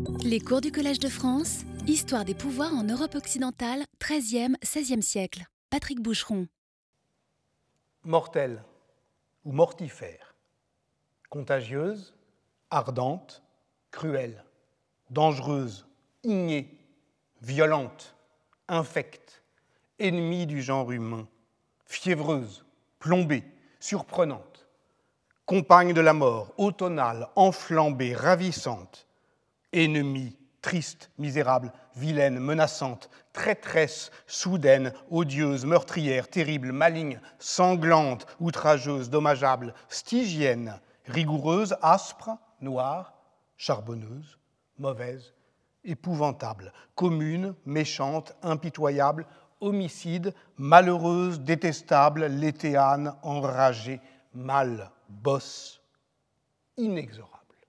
Les cours du Collège de France, Histoire des pouvoirs en Europe occidentale, XIIIe, XVIe siècle. Patrick Boucheron. Mortelle ou mortifère, contagieuse, ardente, cruelle, dangereuse, ignée, violente, infecte, ennemie du genre humain, fiévreuse, plombée, surprenante, compagne de la mort, automnale, enflambée, ravissante, ennemie, triste, misérable, vilaine, menaçante, traîtresse, soudaine, odieuse, meurtrière, terrible, maligne, sanglante, outrageuse, dommageable, stygienne, rigoureuse, aspre, noire, charbonneuse, mauvaise, épouvantable, commune, méchante, impitoyable, homicide, malheureuse, détestable, létéane, enragée, mal, bosse, inexorable.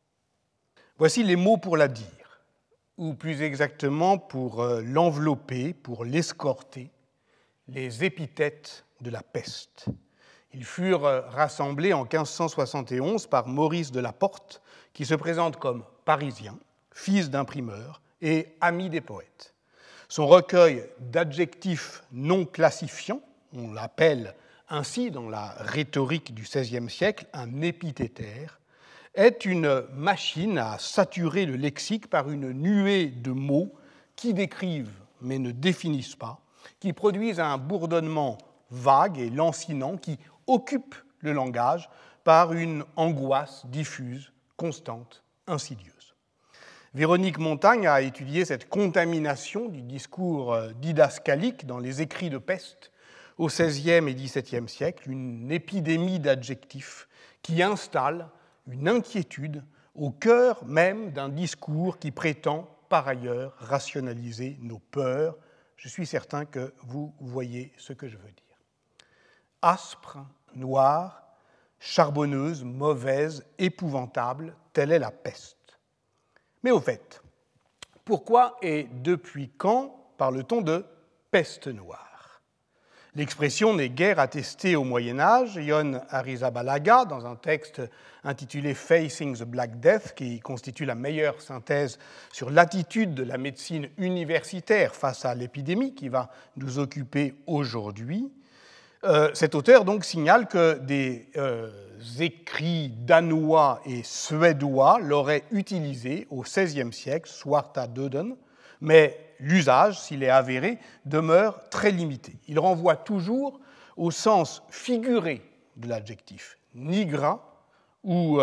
Voici les mots pour la dire, ou plus exactement pour l'envelopper, pour l'escorter, les épithètes de la peste. Ils furent rassemblés en 1571 par Maurice de la Porte, qui se présente comme parisien, fils d'imprimeur et ami des poètes. Son recueil d'adjectifs non classifiants, on l'appelle ainsi dans la rhétorique du XVIe siècle un épithétaire, est une machine à saturer le lexique par une nuée de mots qui décrivent mais ne définissent pas, qui produisent un bourdonnement vague et lancinant qui occupe le langage par une angoisse diffuse, constante, insidieuse. Véronique Montagne a étudié cette contamination du discours didascalique dans les écrits de peste au XVIe et XVIIe siècle, une épidémie d'adjectifs qui installe une inquiétude au cœur même d'un discours qui prétend par ailleurs rationaliser nos peurs. Je suis certain que vous voyez ce que je veux dire. Aspre, noire, charbonneuse, mauvaise, épouvantable, telle est la peste. Mais au fait, pourquoi et depuis quand parle-t-on de peste noire ? L'expression n'est guère attestée au Moyen-Âge. Ion Arrizabalaga, dans un texte intitulé Facing the Black Death, qui constitue la meilleure synthèse sur l'attitude de la médecine universitaire face à l'épidémie qui va nous occuper aujourd'hui, cet auteur donc signale que des écrits danois et suédois l'auraient utilisé au XVIe siècle, Svarta Döden, mais l'usage, s'il est avéré, demeure très limité. Il renvoie toujours au sens figuré de l'adjectif nigra ou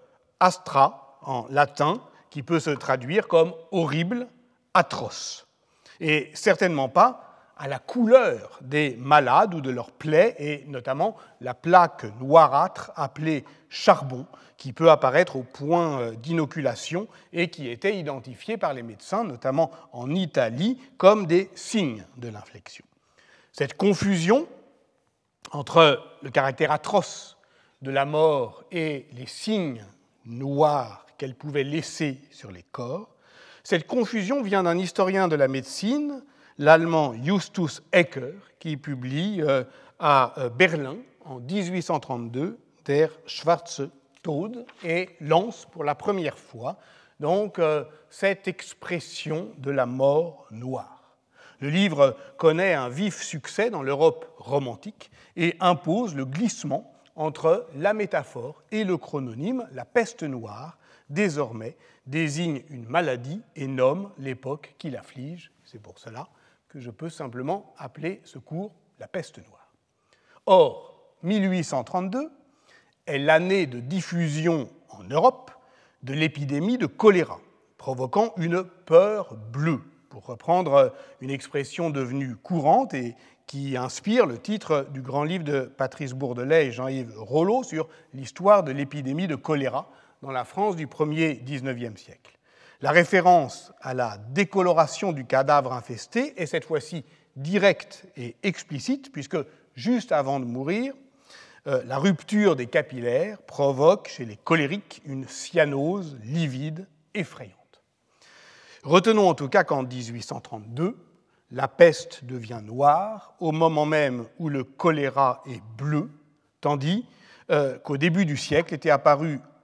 astra en latin, qui peut se traduire comme horrible, atroce, et certainement pas à la couleur des malades ou de leurs plaies, et notamment la plaque noirâtre appelée charbon, qui peut apparaître au point d'inoculation et qui était identifiée par les médecins, notamment en Italie, comme des signes de l'infection. Cette confusion entre le caractère atroce de la mort et les signes noirs qu'elle pouvait laisser sur les corps, cette confusion vient d'un historien de la médecine, l'allemand Justus Ecker, qui publie à Berlin en 1832 Der Schwarze Tod et lance pour la première fois donc cette expression de la mort noire. Le livre connaît un vif succès dans l'Europe romantique et impose le glissement entre la métaphore et le chrononyme. La peste noire, désormais, désigne une maladie et nomme l'époque qui l'afflige. C'est pour cela que je peux simplement appeler ce cours la peste noire. Or, 1832 est l'année de diffusion en Europe de l'épidémie de choléra, provoquant une peur bleue, pour reprendre une expression devenue courante et qui inspire le titre du grand livre de Patrice Bourdelais et Jean-Yves Rollot sur l'histoire de l'épidémie de choléra dans la France du 1er XIXe siècle. La référence à la décoloration du cadavre infesté est cette fois-ci directe et explicite, puisque juste avant de mourir, la rupture des capillaires provoque chez les cholériques une cyanose livide effrayante. Retenons en tout cas qu'en 1832, la peste devient noire au moment même où le choléra est bleu, tandis qu'au début du siècle était apparu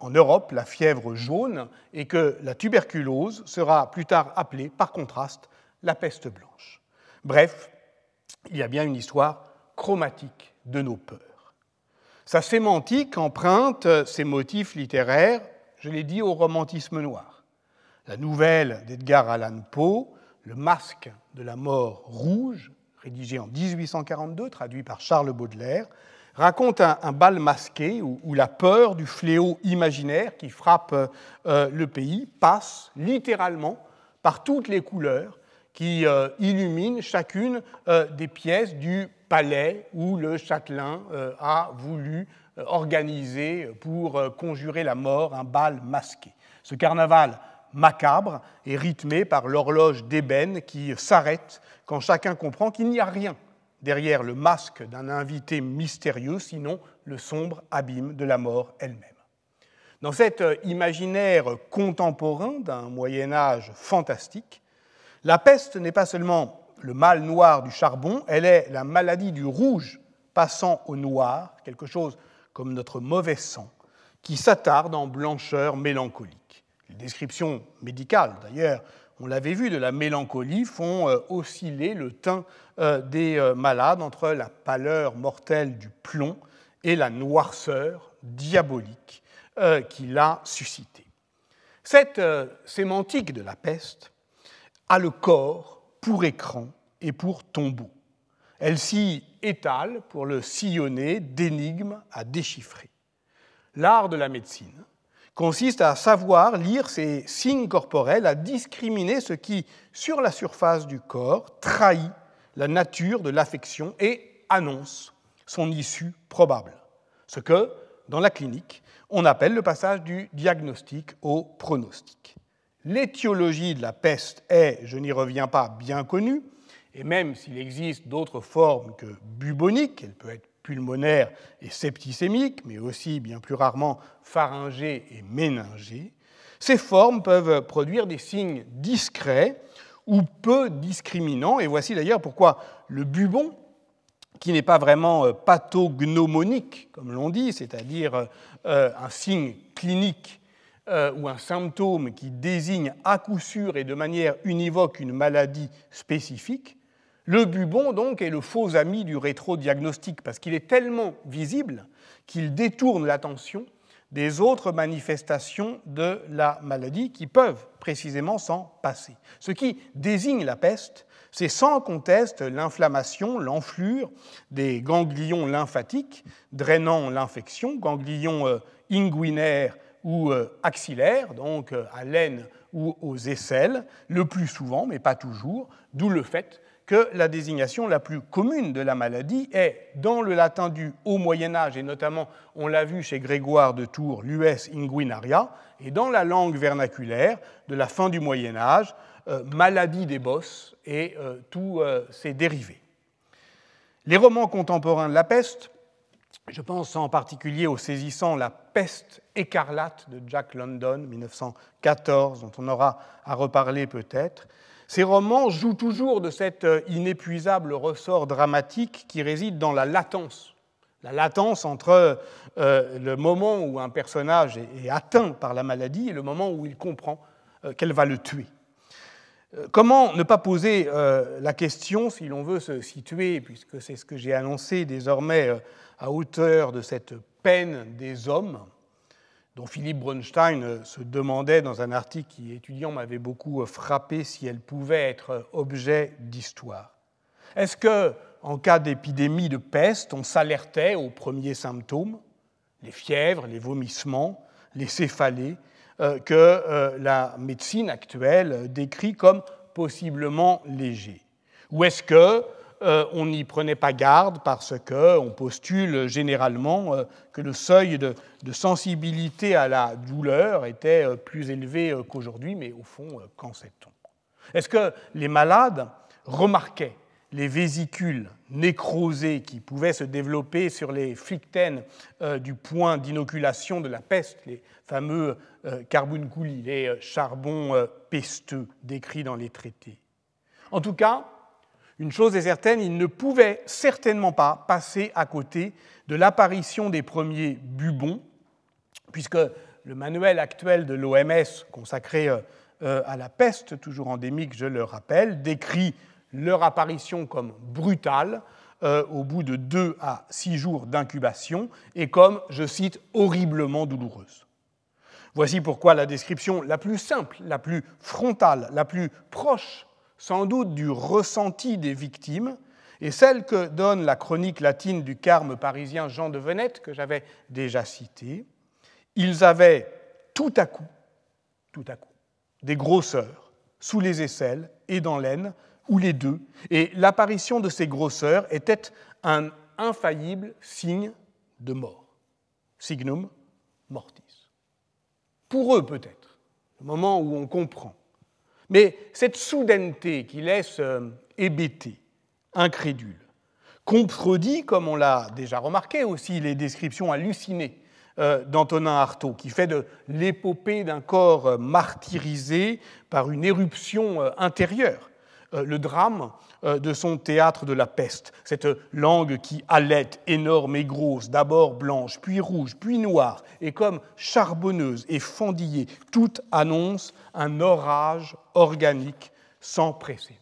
en Europe la fièvre jaune et que la tuberculose sera plus tard appelée, par contraste, la peste blanche. Bref, il y a bien une histoire chromatique de nos peurs. Sa sémantique emprunte ses motifs littéraires, je l'ai dit, au romantisme noir. La nouvelle d'Edgar Allan Poe, Le masque de la mort rouge, rédigé en 1842, traduit par Charles Baudelaire, raconte un bal masqué où la peur du fléau imaginaire qui frappe le pays passe littéralement par toutes les couleurs qui illuminent chacune des pièces du palais où le châtelain a voulu organiser pour conjurer la mort un bal masqué. Ce carnaval macabre est rythmé par l'horloge d'ébène qui s'arrête quand chacun comprend qu'il n'y a rien derrière le masque d'un invité mystérieux, sinon le sombre abîme de la mort elle-même. Dans cet imaginaire contemporain d'un Moyen-Âge fantastique, la peste n'est pas seulement le mal noir du charbon, elle est la maladie du rouge passant au noir, quelque chose comme notre mauvais sang, qui s'attarde en blancheur mélancolique. Les descriptions médicales, d'ailleurs, on l'avait vu, de la mélancolie font osciller le teint des malades entre la pâleur mortelle du plomb et la noirceur diabolique qui l'a suscité. Cette sémantique de la peste a le corps pour écran et pour tombeau. Elle s'y étale pour le sillonner d'énigmes à déchiffrer. L'art de la médecine consiste à savoir lire ces signes corporels, à discriminer ce qui, sur la surface du corps, trahit la nature de l'affection et annonce son issue probable. Ce que, dans la clinique, on appelle le passage du diagnostic au pronostic. L'étiologie de la peste est, je n'y reviens pas, bien connue, et même s'il existe d'autres formes que bubonique, elle peut être pulmonaire et septicémique, mais aussi bien plus rarement pharyngée et méningée, ces formes peuvent produire des signes discrets ou peu discriminants, et voici d'ailleurs pourquoi le bubon, qui n'est pas vraiment pathognomonique, comme l'on dit, c'est-à-dire un signe clinique ou un symptôme qui désigne à coup sûr et de manière univoque une maladie spécifique, le bubon, donc, est le faux ami du rétrodiagnostic parce qu'il est tellement visible qu'il détourne l'attention des autres manifestations de la maladie qui peuvent précisément s'en passer. Ce qui désigne la peste, c'est sans conteste l'inflammation, l'enflure des ganglions lymphatiques drainant l'infection, ganglions inguinaires ou axillaires, donc à l'aine ou aux aisselles, le plus souvent, mais pas toujours, d'où le fait que la désignation la plus commune de la maladie est, dans le latin du Haut Moyen-Âge, et notamment, on l'a vu chez Grégoire de Tours, l'ues inguinaria, et dans la langue vernaculaire de la fin du Moyen-Âge, maladie des bosses et tous ses dérivés. Les romans contemporains de la peste, je pense en particulier au saisissant La peste écarlate de Jack London, 1914, dont on aura à reparler peut-être. Ces romans jouent toujours de cet inépuisable ressort dramatique qui réside dans la latence entre le moment où un personnage est atteint par la maladie et le moment où il comprend qu'elle va le tuer. Comment ne pas poser la question, si l'on veut se situer, puisque c'est ce que j'ai annoncé désormais à hauteur de cette peine des hommes, dont Philippe Bronstein se demandait dans un article qui, étudiant, m'avait beaucoup frappé si elle pouvait être objet d'histoire. Est-ce que, en cas d'épidémie de peste, on s'alertait aux premiers symptômes, les fièvres, les vomissements, les céphalées, que la médecine actuelle décrit comme possiblement légers? Ou est-ce qu'on n'y prenait pas garde parce qu'on postule généralement que le seuil de sensibilité à la douleur était plus élevé qu'aujourd'hui, mais au fond, qu'en sait-on? Est-ce que les malades remarquaient les vésicules nécrosées qui pouvaient se développer sur les flictènes du point d'inoculation de la peste, les fameux carbunculi, les charbons pesteux décrits dans les traités? En tout cas, une chose est certaine, il ne pouvait certainement pas passer à côté de l'apparition des premiers bubons, puisque le manuel actuel de l'OMS consacré à la peste, toujours endémique, je le rappelle, décrit leur apparition comme brutale au bout de 2 à 6 jours d'incubation et comme, je cite, horriblement douloureuse. Voici pourquoi la description la plus simple, la plus frontale, la plus proche sans doute du ressenti des victimes est celle que donne la chronique latine du carme parisien Jean de Venette, que j'avais déjà citée. Ils avaient tout à coup, des grosseurs sous les aisselles et dans l'aine, ou les deux, et l'apparition de ces grosseurs était un infaillible signe de mort. Signum mortis. Pour eux peut-être, le moment où on comprend. Mais cette soudaineté qui laisse hébété, incrédule, contredit, comme on l'a déjà remarqué aussi, les descriptions hallucinées d'Antonin Artaud, qui fait de l'épopée d'un corps martyrisé par une éruption intérieure, le drame de son théâtre de la peste, cette langue qui halète, énorme et grosse, d'abord blanche, puis rouge, puis noire, et comme charbonneuse et fendillée, toute annonce un orage organique sans précédent.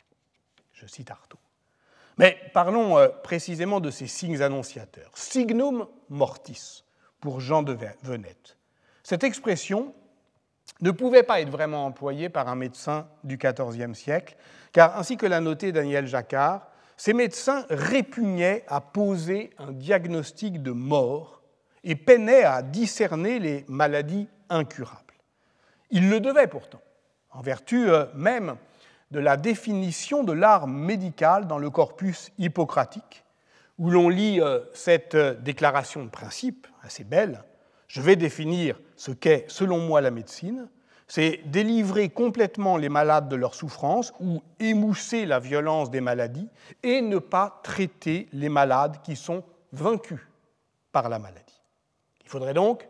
Je cite Artaud. Mais parlons précisément de ces signes annonciateurs. Signum mortis, pour Jean de Venette. Cette expression ne pouvait pas être vraiment employée par un médecin du XIVe siècle, car, ainsi que l'a noté Daniel Jacquard, ces médecins répugnaient à poser un diagnostic de mort et peinaient à discerner les maladies incurables. Ils le devaient pourtant, en vertu même de la définition de l'art médical dans le corpus hippocratique, où l'on lit cette déclaration de principe, assez belle. Je vais définir ce qu'est, selon moi, la médecine. C'est délivrer complètement les malades de leur souffrance ou émousser la violence des maladies et ne pas traiter les malades qui sont vaincus par la maladie. Il faudrait donc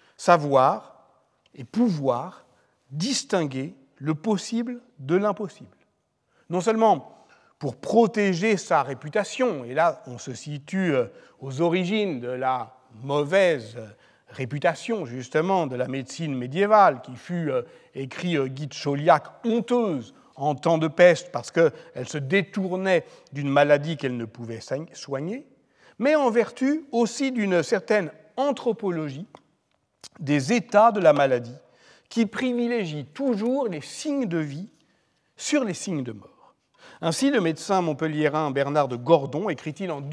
savoir et pouvoir distinguer le possible de l'impossible. Non seulement pour protéger sa réputation, et là on se situe aux origines de la mauvaise réputation justement de la médecine médiévale, qui fut, écrit Guy de Chauliac, honteuse en temps de peste parce qu'elle se détournait d'une maladie qu'elle ne pouvait soigner, mais en vertu aussi d'une certaine anthropologie des états de la maladie qui privilégie toujours les signes de vie sur les signes de mort. Ainsi, le médecin montpelliérain Bernard de Gordon écrit-il en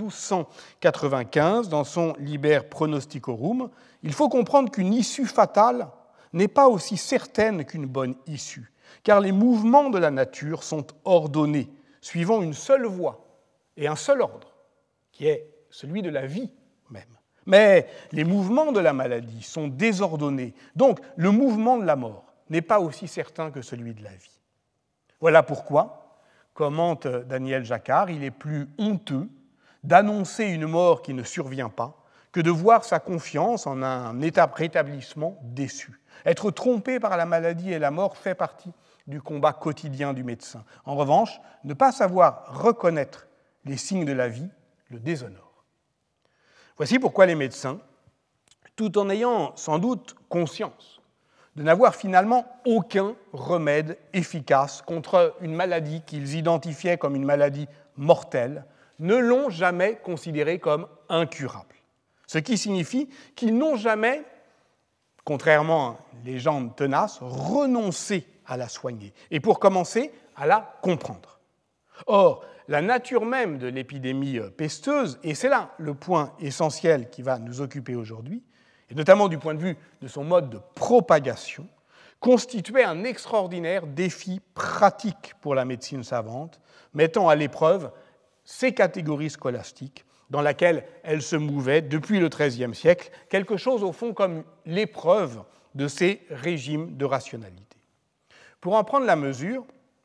1295 dans son Liber Pronosticorum, « Il faut comprendre qu'une issue fatale n'est pas aussi certaine qu'une bonne issue, car les mouvements de la nature sont ordonnés, suivant une seule voie et un seul ordre, qui est celui de la vie même. Mais les mouvements de la maladie sont désordonnés, donc le mouvement de la mort n'est pas aussi certain que celui de la vie. Voilà pourquoi, commente Daniel Jacquard, il est plus honteux d'annoncer une mort qui ne survient pas que de voir sa confiance en un état de rétablissement déçu. Être trompé par la maladie et la mort fait partie du combat quotidien du médecin. En revanche, ne pas savoir reconnaître les signes de la vie le déshonore. Voici pourquoi les médecins, tout en ayant sans doute conscience de n'avoir finalement aucun remède efficace contre une maladie qu'ils identifiaient comme une maladie mortelle, ne l'ont jamais considérée comme incurable. Ce qui signifie qu'ils n'ont jamais, contrairement à une légende tenace, renoncé à la soigner, et pour commencer, à la comprendre. Or, la nature même de l'épidémie pesteuse, et c'est là le point essentiel qui va nous occuper aujourd'hui, et notamment du point de vue de son mode de propagation, constituait un extraordinaire défi pratique pour la médecine savante, mettant à l'épreuve ces catégories scolastiques dans laquelle elle se mouvait depuis le XIIIe siècle, quelque chose au fond comme l'épreuve de ces régimes de rationalité. Pour en prendre la mesure,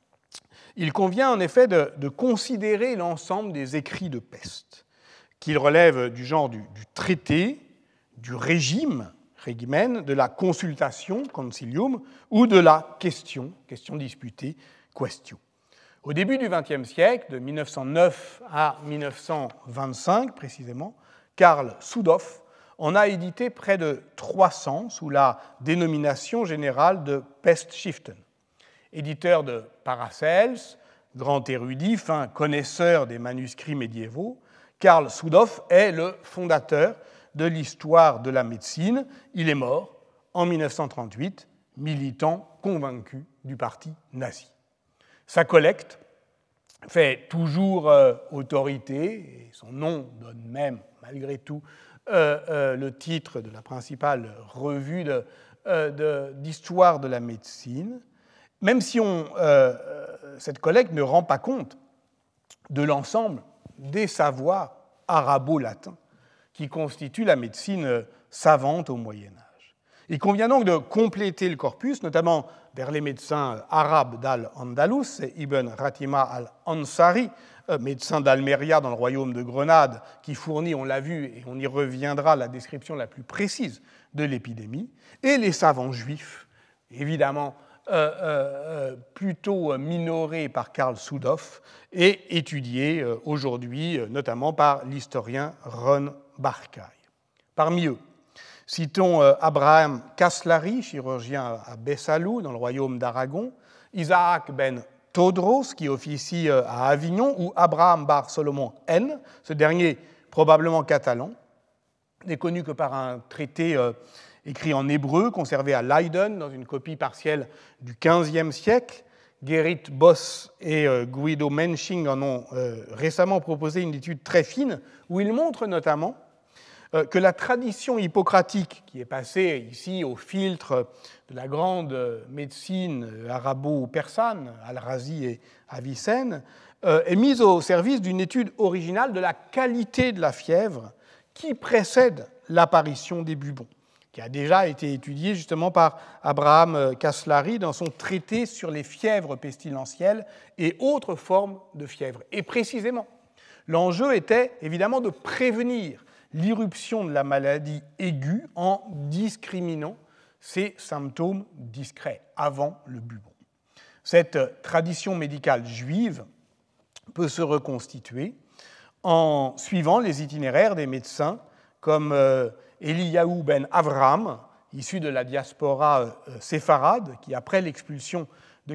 il convient en effet de considérer l'ensemble des écrits de peste, qu'ils relèvent du genre du traité, du régime, regimen, de la consultation, concilium, ou de la question disputée, question. Au début du XXe siècle, de 1909 à 1925 précisément, Karl Sudhoff en a édité près de 300 sous la dénomination générale de Pestschriften. Éditeur de Paracels, grand érudit, fin connaisseur des manuscrits médiévaux, Karl Sudhoff est le fondateur de l'histoire de la médecine. Il est mort en 1938, militant convaincu du parti nazi. Sa collecte fait toujours autorité, et son nom donne même, malgré tout, le titre de la principale revue d'histoire de la médecine, même si cette collecte ne rend pas compte de l'ensemble des savoirs arabo-latins qui constituent la médecine savante au Moyen-Âge. Il convient donc de compléter le corpus, notamment vers les médecins arabes d'Al-Andalus, Ibn Ratima al-Ansari, médecin d'Almeria dans le royaume de Grenade, qui fournit, on l'a vu, et on y reviendra, la description la plus précise de l'épidémie, et les savants juifs, évidemment plutôt minorés par Karl Sudhoff et étudiés aujourd'hui notamment par l'historien Ron Barkay. Parmi eux, citons Abraham Kaslari, chirurgien à Bessalou, dans le royaume d'Aragon, Isaac ben Todros, qui officie à Avignon, ou Abraham bar Solomon N, ce dernier probablement catalan, n'est connu que par un traité écrit en hébreu, conservé à Leiden, dans une copie partielle du XVe siècle. Gerrit Boss et Guido Mensching en ont récemment proposé une étude très fine, où ils montrent notamment que la tradition hippocratique, qui est passée ici au filtre de la grande médecine arabo-persane, Al-Razi et Avicenne, est mise au service d'une étude originale de la qualité de la fièvre qui précède l'apparition des bubons, qui a déjà été étudié justement par Abraham Kaslari dans son traité sur les fièvres pestilentielles et autres formes de fièvre. Et précisément, l'enjeu était évidemment de prévenir l'irruption de la maladie aiguë en discriminant ces symptômes discrets avant le bubon. Cette tradition médicale juive peut se reconstituer en suivant les itinéraires des médecins comme Eliyahu ben Avram, issu de la diaspora séfarade, qui, après l'expulsion de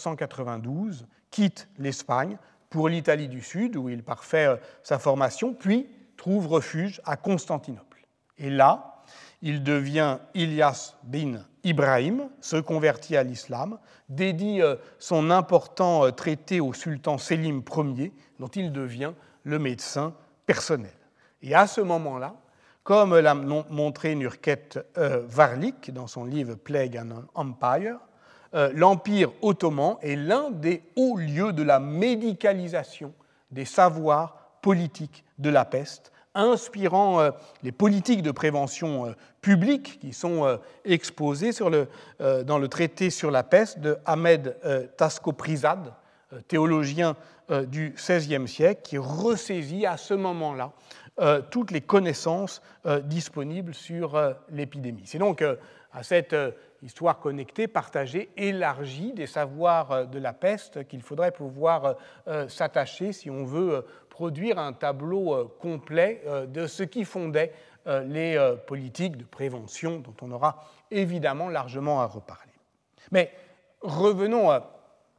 1492, quitte l'Espagne pour l'Italie du Sud, où il parfait sa formation, puis trouve refuge à Constantinople. Et là, il devient Ilyas bin Ibrahim, se convertit à l'islam, dédie son important traité au sultan Sélim Ier, dont il devient le médecin personnel. Et à ce moment-là, comme l'a montré Nurket Varlik dans son livre Plague and Empire, l'Empire ottoman est l'un des hauts lieux de la médicalisation des savoirs politiques de la peste, inspirant les politiques de prévention publique qui sont exposées dans le traité sur la peste de Ahmed Taskoprizad, théologien du XVIe siècle, qui ressaisit à ce moment-là toutes les connaissances disponibles sur l'épidémie. C'est donc à cette histoire connectée, partagée, élargie des savoirs de la peste qu'il faudrait pouvoir s'attacher si on veut produire un tableau complet de ce qui fondait les politiques de prévention dont on aura évidemment largement à reparler. Mais revenons à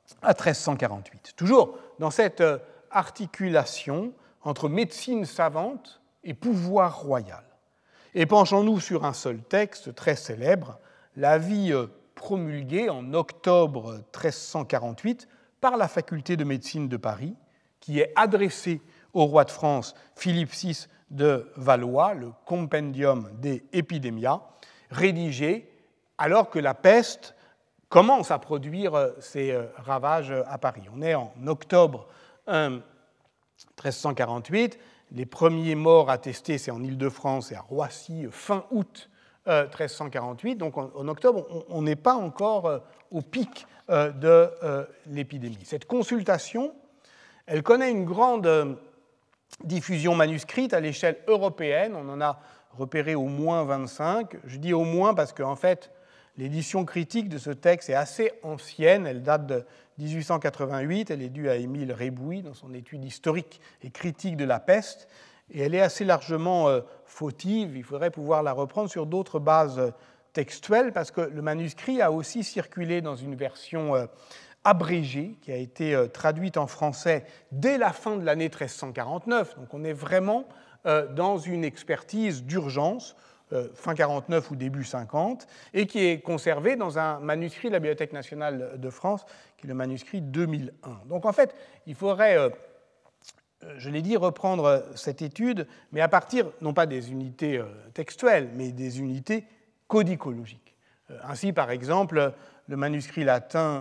1348. Toujours dans cette articulation entre médecine savante et pouvoir royal. Et penchons-nous sur un seul texte très célèbre, l'avis promulgué en octobre 1348 par la faculté de médecine de Paris, qui est adressé au roi de France Philippe VI de Valois, le Compendium de Epidemia, rédigé alors que la peste commence à produire ses ravages à Paris. On est en octobre 1348, les premiers morts attestés, c'est en Île-de-France et à Roissy, fin août 1348. Donc en octobre, on n'est pas encore au pic de l'épidémie. Cette consultation, elle connaît une grande diffusion manuscrite à l'échelle européenne. On en a repéré au moins 25. Je dis au moins parce qu'en fait, l'édition critique de ce texte est assez ancienne. Elle date de 1888. Elle est due à Émile Rébouy dans son étude historique et critique de la peste. et elle est assez largement fautive. Il faudrait pouvoir la reprendre sur d'autres bases textuelles, parce que le manuscrit a aussi circulé dans une version abrégée, qui a été traduite en français dès la fin de l'année 1349. Donc on est vraiment dans une expertise d'urgence, fin 49 ou début 50, et qui est conservée dans un manuscrit de la Bibliothèque nationale de France, qui est le manuscrit 2001. Donc en fait, il faudrait, je l'ai dit, reprendre cette étude, mais à partir, non pas des unités textuelles, mais des unités codicologiques. Ainsi, par exemple, le manuscrit latin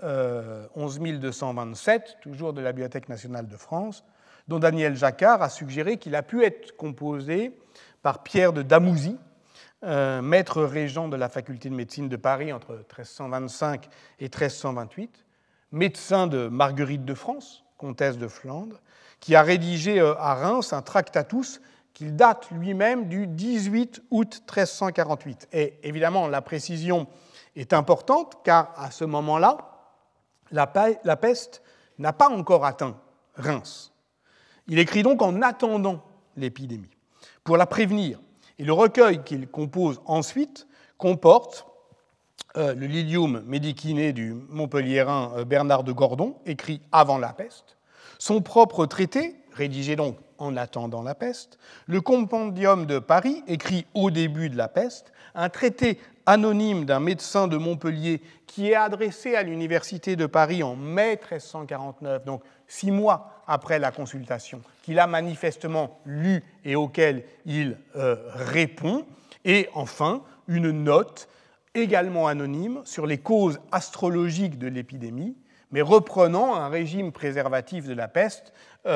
11227, toujours de la Bibliothèque nationale de France, dont Daniel Jacquard a suggéré qu'il a pu être composé par Pierre de Damouzy, maître régent de la faculté de médecine de Paris entre 1325 et 1328, médecin de Marguerite de France, comtesse de Flandre, qui a rédigé à Reims un Tractatus qu'il date lui-même du 18 août 1348. Et évidemment, la précision est importante, car à ce moment-là, la peste n'a pas encore atteint Reims. Il écrit donc en attendant l'épidémie, pour la prévenir. Et le recueil qu'il compose ensuite comporte le Lilium Medicinae du Montpelliérain Bernard de Gordon, écrit avant la peste, son propre traité, rédigé donc en attendant la peste, le Compendium de Paris, écrit au début de la peste, un traité anonyme d'un médecin de Montpellier qui est adressé à l'Université de Paris en mai 1349, donc 6 mois après la consultation, qu'il a manifestement lu et auquel il répond, et enfin une note également anonyme sur les causes astrologiques de l'épidémie, mais reprenant un régime préservatif de la peste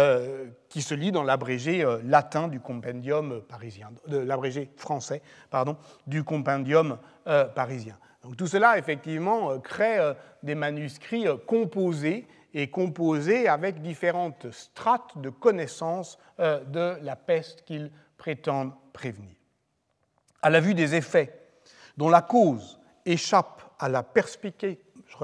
qui se lit dans l'abrégé latin du compendium parisien, de l'abrégé français, pardon, du compendium parisien. Donc tout cela, effectivement, crée des manuscrits composés avec différentes strates de connaissances de la peste qu'ils prétendent prévenir. À la vue des effets dont la cause échappe à la perspicacité,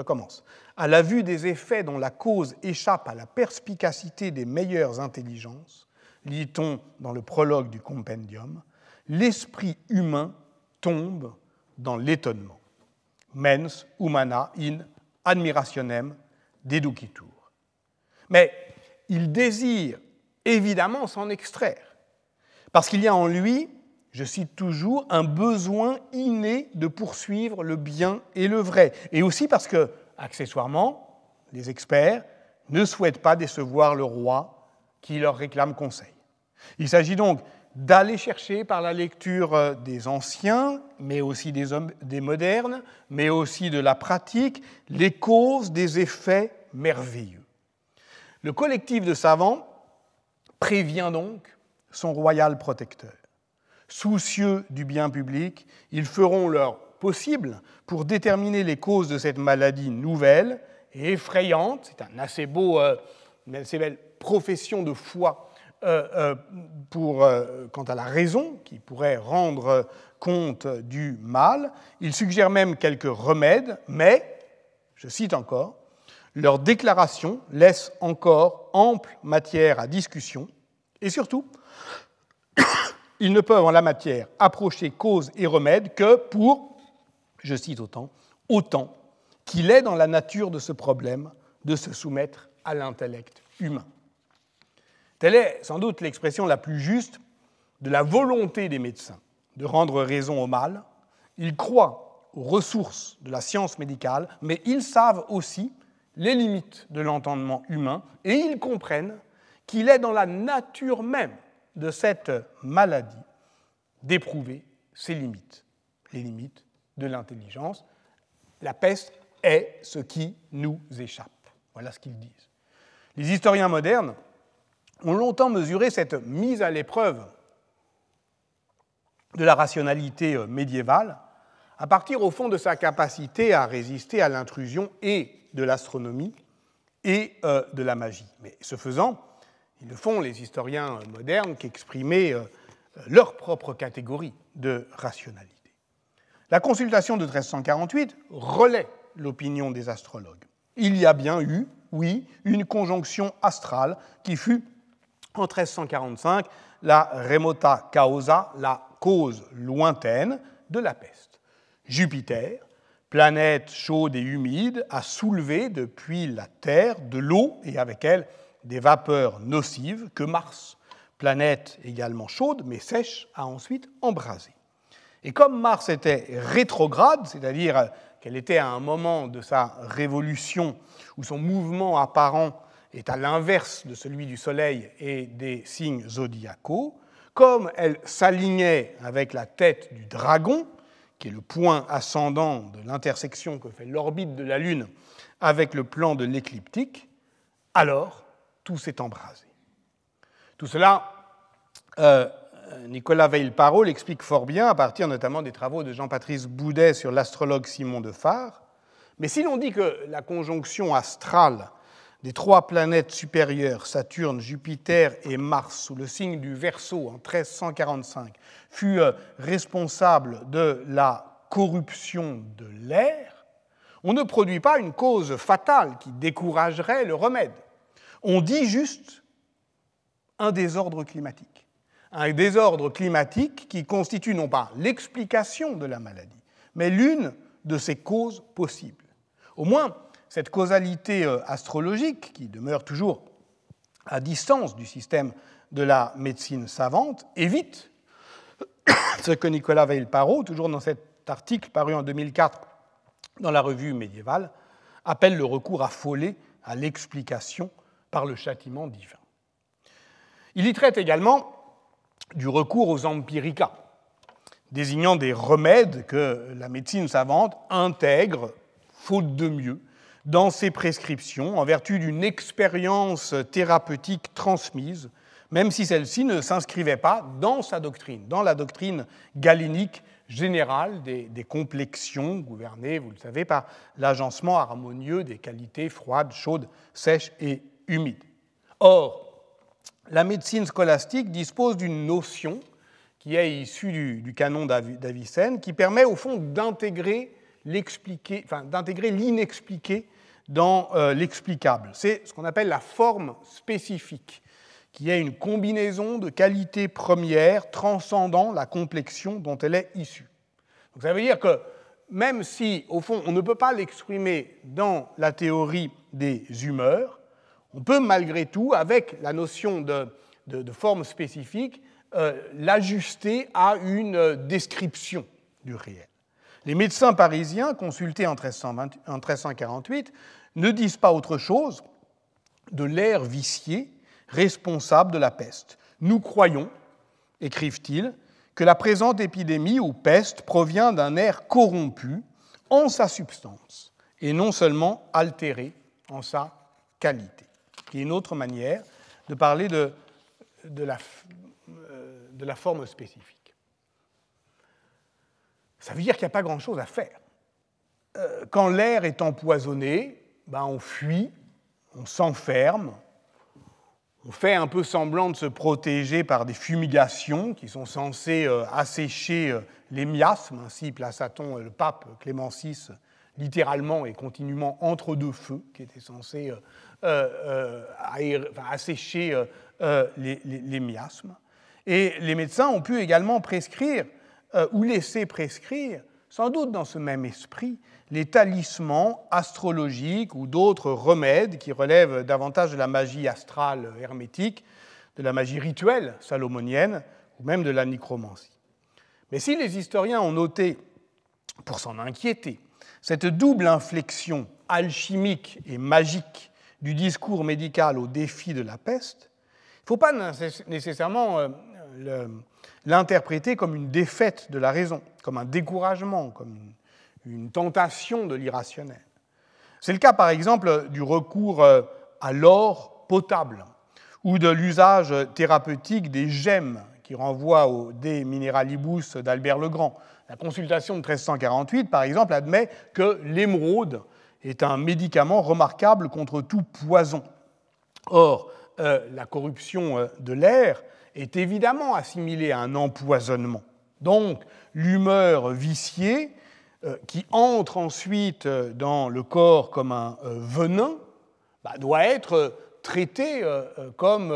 à la vue des effets dont la cause échappe à la perspicacité des meilleures intelligences, lit-on dans le prologue du compendium, l'esprit humain tombe dans l'étonnement. Mens humana in admirationem deducitur. Mais il désire évidemment s'en extraire, parce qu'il y a en lui, je cite toujours, un besoin inné de poursuivre le bien et le vrai, et aussi parce que, accessoirement, les experts ne souhaitent pas décevoir le roi qui leur réclame conseil. Il s'agit donc d'aller chercher par la lecture des anciens, mais aussi des modernes, mais aussi de la pratique, les causes des effets merveilleux. Le collectif de savants prévient donc son royal protecteur. Soucieux du bien public, ils feront leur possible pour déterminer les causes de cette maladie nouvelle et effrayante. C'est une assez belle profession de foi quant à la raison qui pourrait rendre compte du mal. Ils suggèrent même quelques remèdes, mais, je cite encore, leur déclaration laisse encore ample matière à discussion et surtout, ils ne peuvent en la matière approcher cause et remède que pour, je cite autant qu'il est dans la nature de ce problème de se soumettre à l'intellect humain. Telle est sans doute l'expression la plus juste de la volonté des médecins de rendre raison au mal. Ils croient aux ressources de la science médicale, mais ils savent aussi les limites de l'entendement humain et ils comprennent qu'il est dans la nature même de cette maladie d'éprouver ses limites, les limites de l'intelligence. La peste est ce qui nous échappe. Voilà ce qu'ils disent. Les historiens modernes ont longtemps mesuré cette mise à l'épreuve de la rationalité médiévale à partir, au fond, de sa capacité à résister à l'intrusion et de l'astronomie et de la magie. Mais ce faisant, ils le font, les historiens modernes, qu'exprimer leur propre catégorie de rationalité. La consultation de 1348 relaie l'opinion des astrologues. Il y a bien eu, oui, une conjonction astrale qui fut, en 1345, la remota causa, la cause lointaine de la peste. Jupiter, planète chaude et humide, a soulevé depuis la Terre de l'eau et avec elle des vapeurs nocives que Mars, planète également chaude mais sèche, a ensuite embrasées. Et comme Mars était rétrograde, c'est-à-dire qu'elle était à un moment de sa révolution où son mouvement apparent est à l'inverse de celui du Soleil et des signes zodiacaux, comme elle s'alignait avec la tête du dragon, qui est le point ascendant de l'intersection que fait l'orbite de la Lune avec le plan de l'écliptique, alors tout s'est embrasé. Tout cela, Nicolas Weil-Parot l'explique fort bien à partir notamment des travaux de Jean-Patrice Boudet sur l'astrologue Simon de Farre. Mais si l'on dit que la conjonction astrale des trois planètes supérieures, Saturne, Jupiter et Mars, sous le signe du Verseau en 1345, fut responsable de la corruption de l'air, on ne produit pas une cause fatale qui découragerait le remède. On dit juste un désordre climatique. Un désordre climatique qui constitue non pas l'explication de la maladie, mais l'une de ses causes possibles. Au moins, cette causalité astrologique, qui demeure toujours à distance du système de la médecine savante, évite ce que Nicolas Weil-Parot, toujours dans cet article paru en 2004 dans la revue médiévale, appelle le recours affolé à l'explication par le châtiment divin. Il y traite également du recours aux empirica, désignant des remèdes que la médecine savante intègre, faute de mieux, dans ses prescriptions, en vertu d'une expérience thérapeutique transmise, même si celle-ci ne s'inscrivait pas dans sa doctrine, dans la doctrine galénique générale des complexions gouvernées, vous le savez, par l'agencement harmonieux des qualités froides, chaudes, sèches et humides. Or, la médecine scolastique dispose d'une notion qui est issue du canon d'Avicenne, qui permet au fond d'intégrer l'inexpliqué dans l'explicable. C'est ce qu'on appelle la forme spécifique, qui est une combinaison de qualités premières transcendant la complexion dont elle est issue. Donc ça veut dire que même si, au fond, on ne peut pas l'exprimer dans la théorie des humeurs, on peut malgré tout, avec la notion de forme spécifique, l'ajuster à une description du réel. Les médecins parisiens, consultés en 1348, ne disent pas autre chose de l'air vicié responsable de la peste. Nous croyons, écrivent-ils, que la présente épidémie ou peste provient d'un air corrompu en sa substance et non seulement altéré en sa qualité, qui est une autre manière de parler de la forme spécifique. Ça veut dire qu'il n'y a pas grand-chose à faire. Quand l'air est empoisonné, on fuit, on s'enferme, on fait un peu semblant de se protéger par des fumigations qui sont censées assécher les miasmes. Ainsi plaça-t-on le pape Clément VI littéralement et continuellement entre deux feux, qui étaient censés assécher les miasmes. Et les médecins ont pu également prescrire ou laisser prescrire, sans doute dans ce même esprit, les talismans astrologiques ou d'autres remèdes qui relèvent davantage de la magie astrale hermétique, de la magie rituelle salomonienne ou même de la nécromancie. Mais si les historiens ont noté, pour s'en inquiéter, cette double inflexion alchimique et magique du discours médical au défi de la peste, il ne faut pas nécessairement l'interpréter comme une défaite de la raison, comme un découragement, comme une tentation de l'irrationnel. C'est le cas, par exemple, du recours à l'or potable ou de l'usage thérapeutique des gemmes qui renvoie au De Mineralibus d'Albert le Grand. La consultation de 1348, par exemple, admet que l'émeraude est un médicament remarquable contre tout poison. Or, la corruption de l'air est évidemment assimilée à un empoisonnement. Donc, l'humeur viciée, qui entre ensuite dans le corps comme un venin, doit être traitée comme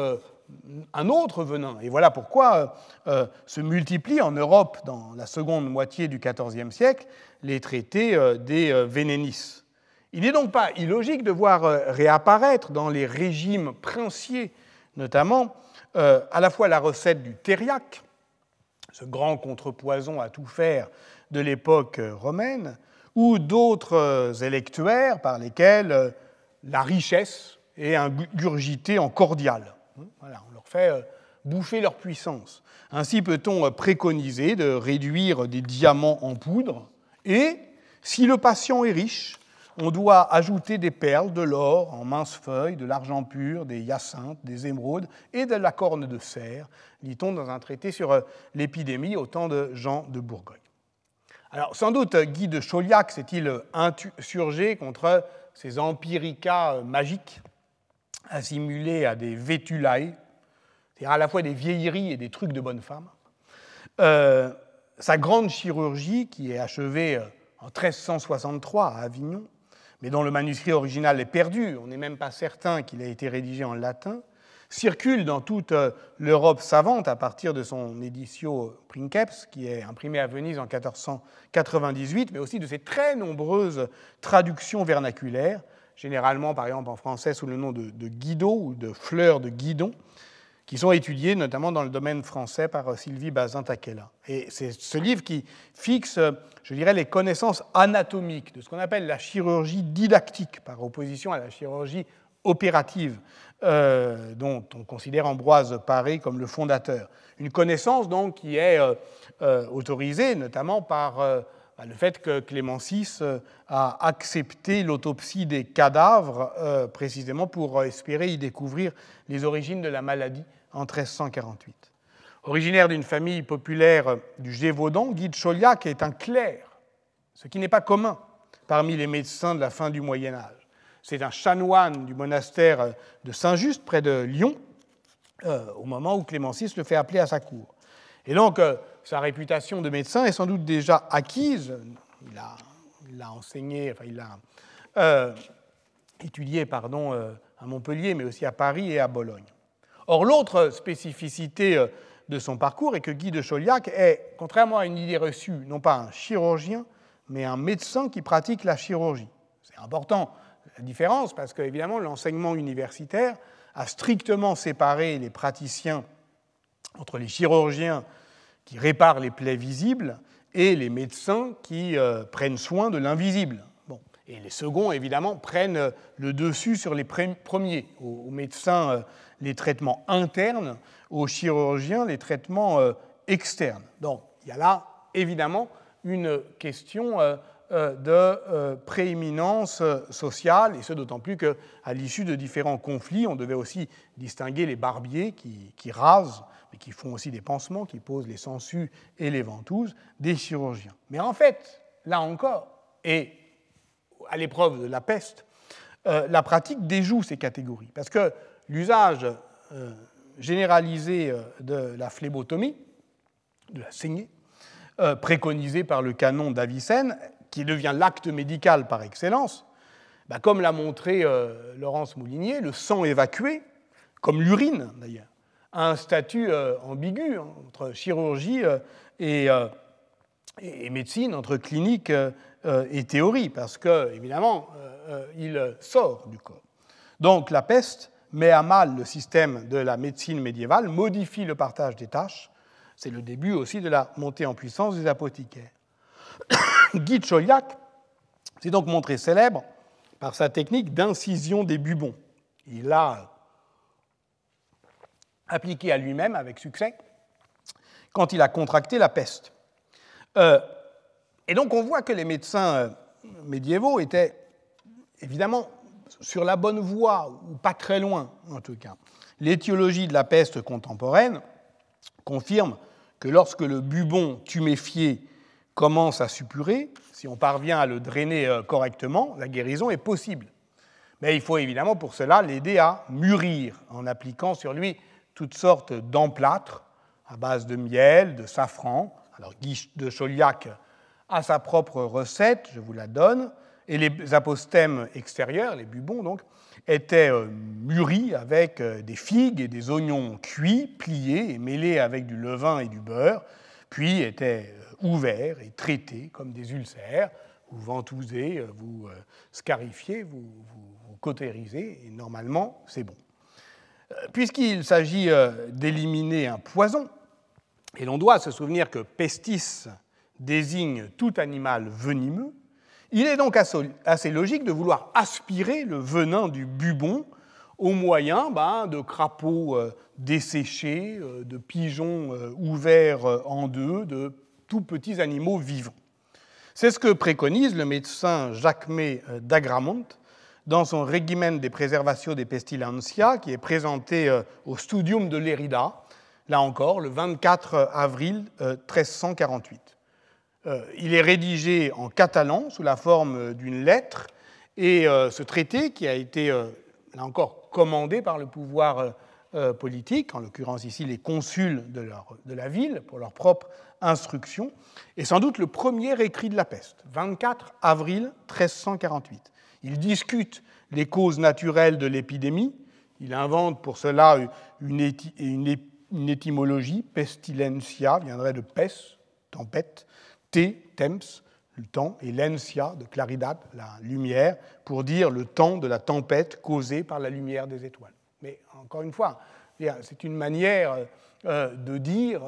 un autre venin. Et voilà pourquoi se multiplient en Europe, dans la seconde moitié du XIVe siècle, les traités des vénénistes. Il n'est donc pas illogique de voir réapparaître dans les régimes princiers, notamment, à la fois la recette du thériaque, ce grand contrepoison à tout faire de l'époque romaine, ou d'autres électuaires par lesquels la richesse est ingurgitée en cordial. Voilà, on leur fait bouffer leur puissance. Ainsi peut-on préconiser de réduire des diamants en poudre et, si le patient est riche, on doit ajouter des perles, de l'or en minces feuilles, de l'argent pur, des hyacinthes, des émeraudes et de la corne de cerf, lit-on dans un traité sur l'épidémie au temps de Jean de Bourgogne. Alors, sans doute, Guy de Chauliac s'est-il insurgé contre ces empiricas magiques assimilés à des vétulae, c'est-à-dire à la fois des vieilleries et des trucs de bonne femme. Sa grande chirurgie, qui est achevée en 1363 à Avignon, mais dont le manuscrit original est perdu, on n'est même pas certain qu'il ait été rédigé en latin, circule dans toute l'Europe savante à partir de son éditio Princeps, qui est imprimé à Venise en 1498, mais aussi de ses très nombreuses traductions vernaculaires, généralement par exemple en français sous le nom de Guido ou de Fleurs de Guidon, qui sont étudiées notamment dans le domaine français par Sylvie Bazin-Takela. Et c'est ce livre qui fixe, je dirais, les connaissances anatomiques de ce qu'on appelle la chirurgie didactique, par opposition à la chirurgie opérative, dont on considère Ambroise Paré comme le fondateur. Une connaissance donc qui est autorisée notamment par le fait que Clément VI a accepté l'autopsie des cadavres précisément pour espérer y découvrir les origines de la maladie en 1348. Originaire d'une famille populaire du Gévaudan, Guy de Chauliac est un clerc, ce qui n'est pas commun parmi les médecins de la fin du Moyen Âge. C'est un chanoine du monastère de Saint-Just, près de Lyon, au moment où Clément VI le fait appeler à sa cour. Et donc, sa réputation de médecin est sans doute déjà acquise. Il a enseigné, enfin, il a étudié, à Montpellier, mais aussi à Paris et à Bologne. Or, l'autre spécificité de son parcours est que Guy de Chauliac est, contrairement à une idée reçue, non pas un chirurgien, mais un médecin qui pratique la chirurgie. C'est important, la différence, parce qu'évidemment, l'enseignement universitaire a strictement séparé les praticiens entre les chirurgiens qui réparent les plaies visibles et les médecins qui prennent soin de l'invisible. Bon. Et les seconds, évidemment, prennent le dessus sur les premiers. Aux médecins, les traitements internes, aux chirurgiens, les traitements externes. Donc, il y a là, évidemment, une question de prééminence sociale, et ce d'autant plus qu'à l'issue de différents conflits, on devait aussi distinguer les barbiers qui rasent, mais qui font aussi des pansements, qui posent les sangsues et les ventouses, des chirurgiens. Mais en fait, là encore, et à l'épreuve de la peste, la pratique déjoue ces catégories, parce que l'usage généralisé de la phlébotomie, de la saignée, préconisé par le canon d'Avicenne, qui devient l'acte médical par excellence, comme l'a montré Laurence Moulinier, le sang évacué, comme l'urine d'ailleurs, a un statut ambigu entre chirurgie et médecine, entre clinique et théorie, parce que, évidemment, il sort du corps. Donc la peste met à mal le système de la médecine médiévale, modifie le partage des tâches. C'est le début aussi de la montée en puissance des apothicaires. Guy de Chauliac s'est donc montré célèbre par sa technique d'incision des bubons. Il l'a appliqué à lui-même avec succès quand il a contracté la peste. Et donc on voit que les médecins médiévaux étaient évidemment sur la bonne voie, ou pas très loin en tout cas. L'étiologie de la peste contemporaine confirme que lorsque le bubon tuméfié commence à suppurer, si on parvient à le drainer correctement, la guérison est possible. Mais il faut évidemment pour cela l'aider à mûrir en appliquant sur lui toutes sortes d'emplâtres à base de miel, de safran. Alors Guy de Chauliac a sa propre recette, je vous la donne, et les apostèmes extérieurs, les bubons donc, étaient mûris avec des figues et des oignons cuits, pliés et mêlés avec du levain et du beurre, puis étaient ouverts et traités comme des ulcères. Vous ventousez, vous scarifiez, vous cautérisez, et normalement, c'est bon. Puisqu'il s'agit d'éliminer un poison, et l'on doit se souvenir que pestis désigne tout animal venimeux, il est donc assez logique de vouloir aspirer le venin du bubon au moyen de crapauds desséchés, de pigeons ouverts en deux, de tout petits animaux vivants. C'est ce que préconise le médecin Jacquemet d'Agramunt dans son Regimen de Preservatio de Pestilentia, qui est présenté au Studium de Lérida, là encore, le 24 avril 1348. Il est rédigé en catalan sous la forme d'une lettre, et ce traité, qui a été, là encore, commandé par le pouvoir politique, en l'occurrence ici les consuls de la ville, pour leur propre instruction, est sans doute le premier écrit de la peste, 24 avril 1348. Il discute les causes naturelles de l'épidémie, il invente pour cela une étymologie, pestilentia, viendrait de pes, tempête, temps, le temps, et lencia, de claridad, la lumière, pour dire le temps de la tempête causée par la lumière des étoiles. Mais encore une fois, c'est une manière de dire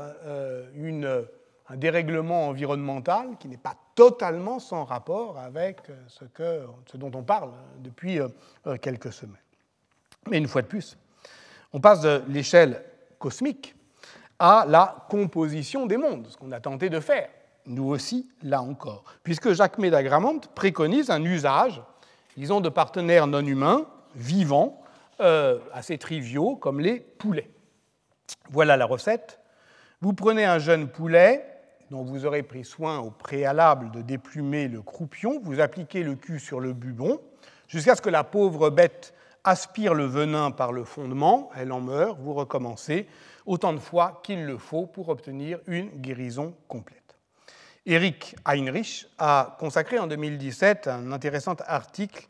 un dérèglement environnemental qui n'est pas totalement sans rapport avec ce dont on parle depuis quelques semaines. Mais une fois de plus, on passe de l'échelle cosmique à la composition des mondes, ce qu'on a tenté de faire, nous aussi, là encore, puisque Jacquemet d'Agramunt préconise un usage, disons, de partenaires non humains, vivants, assez triviaux, comme les poulets. Voilà la recette. Vous prenez un jeune poulet, dont vous aurez pris soin au préalable de déplumer le croupion, vous appliquez le cul sur le bubon, jusqu'à ce que la pauvre bête aspire le venin par le fondement, elle en meurt, vous recommencez autant de fois qu'il le faut pour obtenir une guérison complète. Eric Heinrich a consacré en 2017 un intéressant article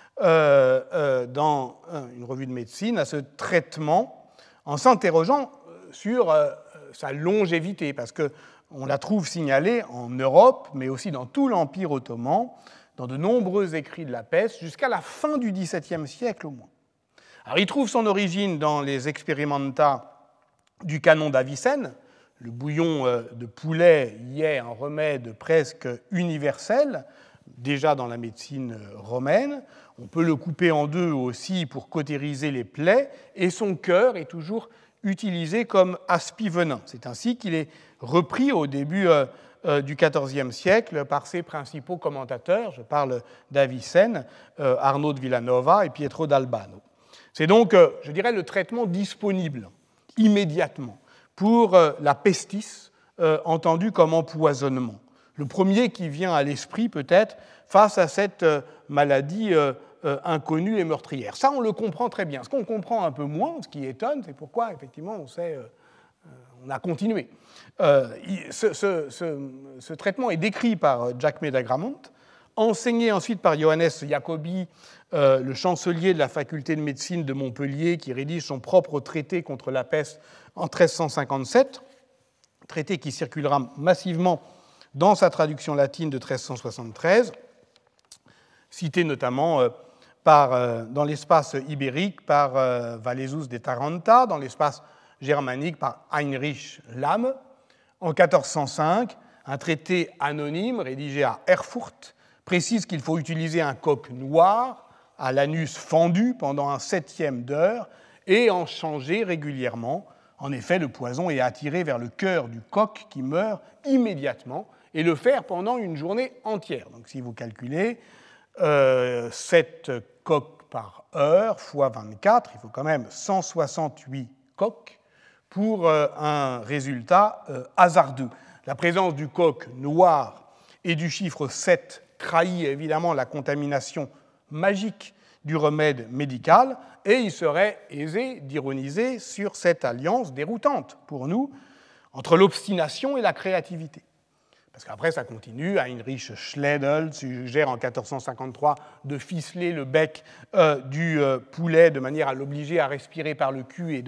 dans une revue de médecine à ce traitement en s'interrogeant sur sa longévité, parce qu'on la trouve signalée en Europe, mais aussi dans tout l'Empire ottoman, dans de nombreux écrits de la peste, jusqu'à la fin du XVIIe siècle au moins. Alors, il trouve son origine dans les experimenta du canon d'Avicenne. Le bouillon de poulet y est un remède presque universel, déjà dans la médecine romaine. On peut le couper en deux aussi pour cautériser les plaies, et son cœur est toujours utilisé comme aspi-venin. C'est ainsi qu'il est repris au début du XIVe siècle par ses principaux commentateurs, je parle d'Avicenne, Arnaud de Villanova et Pietro d'Albano. C'est donc, je dirais, le traitement disponible immédiatement pour la pestis, entendue comme empoisonnement. Le premier qui vient à l'esprit peut-être face à cette maladie inconnue et meurtrière. Ça, on le comprend très bien. Ce qu'on comprend un peu moins, ce qui étonne, c'est pourquoi, effectivement, on a continué. Ce traitement est décrit par Jacquemet d'Agramunt, enseigné ensuite par Johannes Jacobi, le chancelier de la faculté de médecine de Montpellier, qui rédige son propre traité contre la peste en 1357, traité qui circulera massivement dans sa traduction latine de 1373, cité notamment dans l'espace ibérique par Valesus de Taranta, dans l'espace germanique par Heinrich Lamme. En 1405, un traité anonyme rédigé à Erfurt précise qu'il faut utiliser un coq noir à l'anus fendu pendant un septième d'heure et en changer régulièrement. En effet, le poison est attiré vers le cœur du coq qui meurt immédiatement, et le faire pendant une journée entière. Donc si vous calculez 7 coqs par heure fois 24, il faut quand même 168 coqs pour un résultat hasardeux. La présence du coq noir et du chiffre 7 trahit évidemment la contamination magique du remède médical, et il serait aisé d'ironiser sur cette alliance déroutante pour nous entre l'obstination et la créativité. Parce qu'après, ça continue. Heinrich Schlegel suggère en 1453 de ficeler le bec du poulet de manière à l'obliger à respirer par le cul et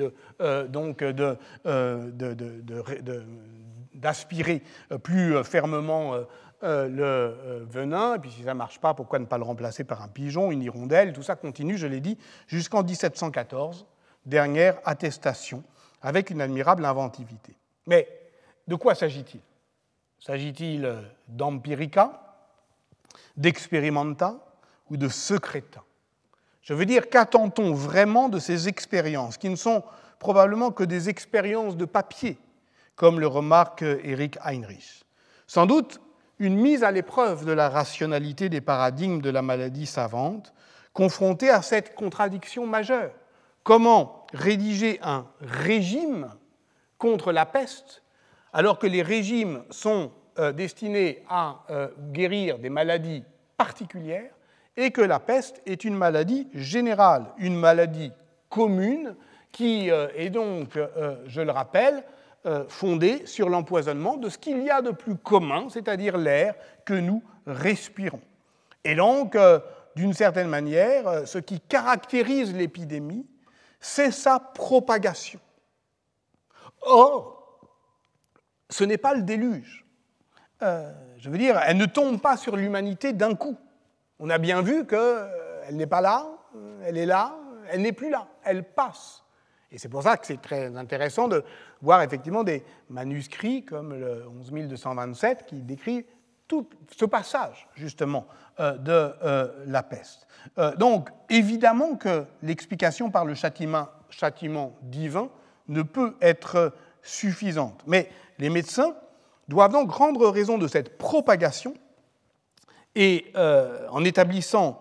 d'aspirer plus fermement le venin. Et puis si ça ne marche pas, pourquoi ne pas le remplacer par un pigeon, une hirondelle? Tout ça continue, je l'ai dit, jusqu'en 1714, dernière attestation, avec une admirable inventivité. Mais de quoi s'agit-il? S'agit-il d'empirica, d'experimenta ou de secreta? Je veux dire, qu'attend-on vraiment de ces expériences, qui ne sont probablement que des expériences de papier, comme le remarque Erich Heinrich? Sans doute une mise à l'épreuve de la rationalité des paradigmes de la maladie savante, confrontée à cette contradiction majeure. Comment rédiger un régime contre la peste alors que les régimes sont destinés à guérir des maladies particulières et que la peste est une maladie générale, une maladie commune qui est donc, je le rappelle, fondée sur l'empoisonnement de ce qu'il y a de plus commun, c'est-à-dire l'air que nous respirons. Et donc, d'une certaine manière, ce qui caractérise l'épidémie, c'est sa propagation. Or, ce n'est pas le déluge. Je veux dire, elle ne tombe pas sur l'humanité d'un coup. On a bien vu qu'elle n'est pas là, elle est là, elle n'est plus là, elle passe. Et c'est pour ça que c'est très intéressant de voir effectivement des manuscrits comme le 11227 qui décrit tout ce passage, justement, de la peste. Donc, évidemment que l'explication par le châtiment divin ne peut être suffisante. Mais les médecins doivent donc rendre raison de cette propagation et en établissant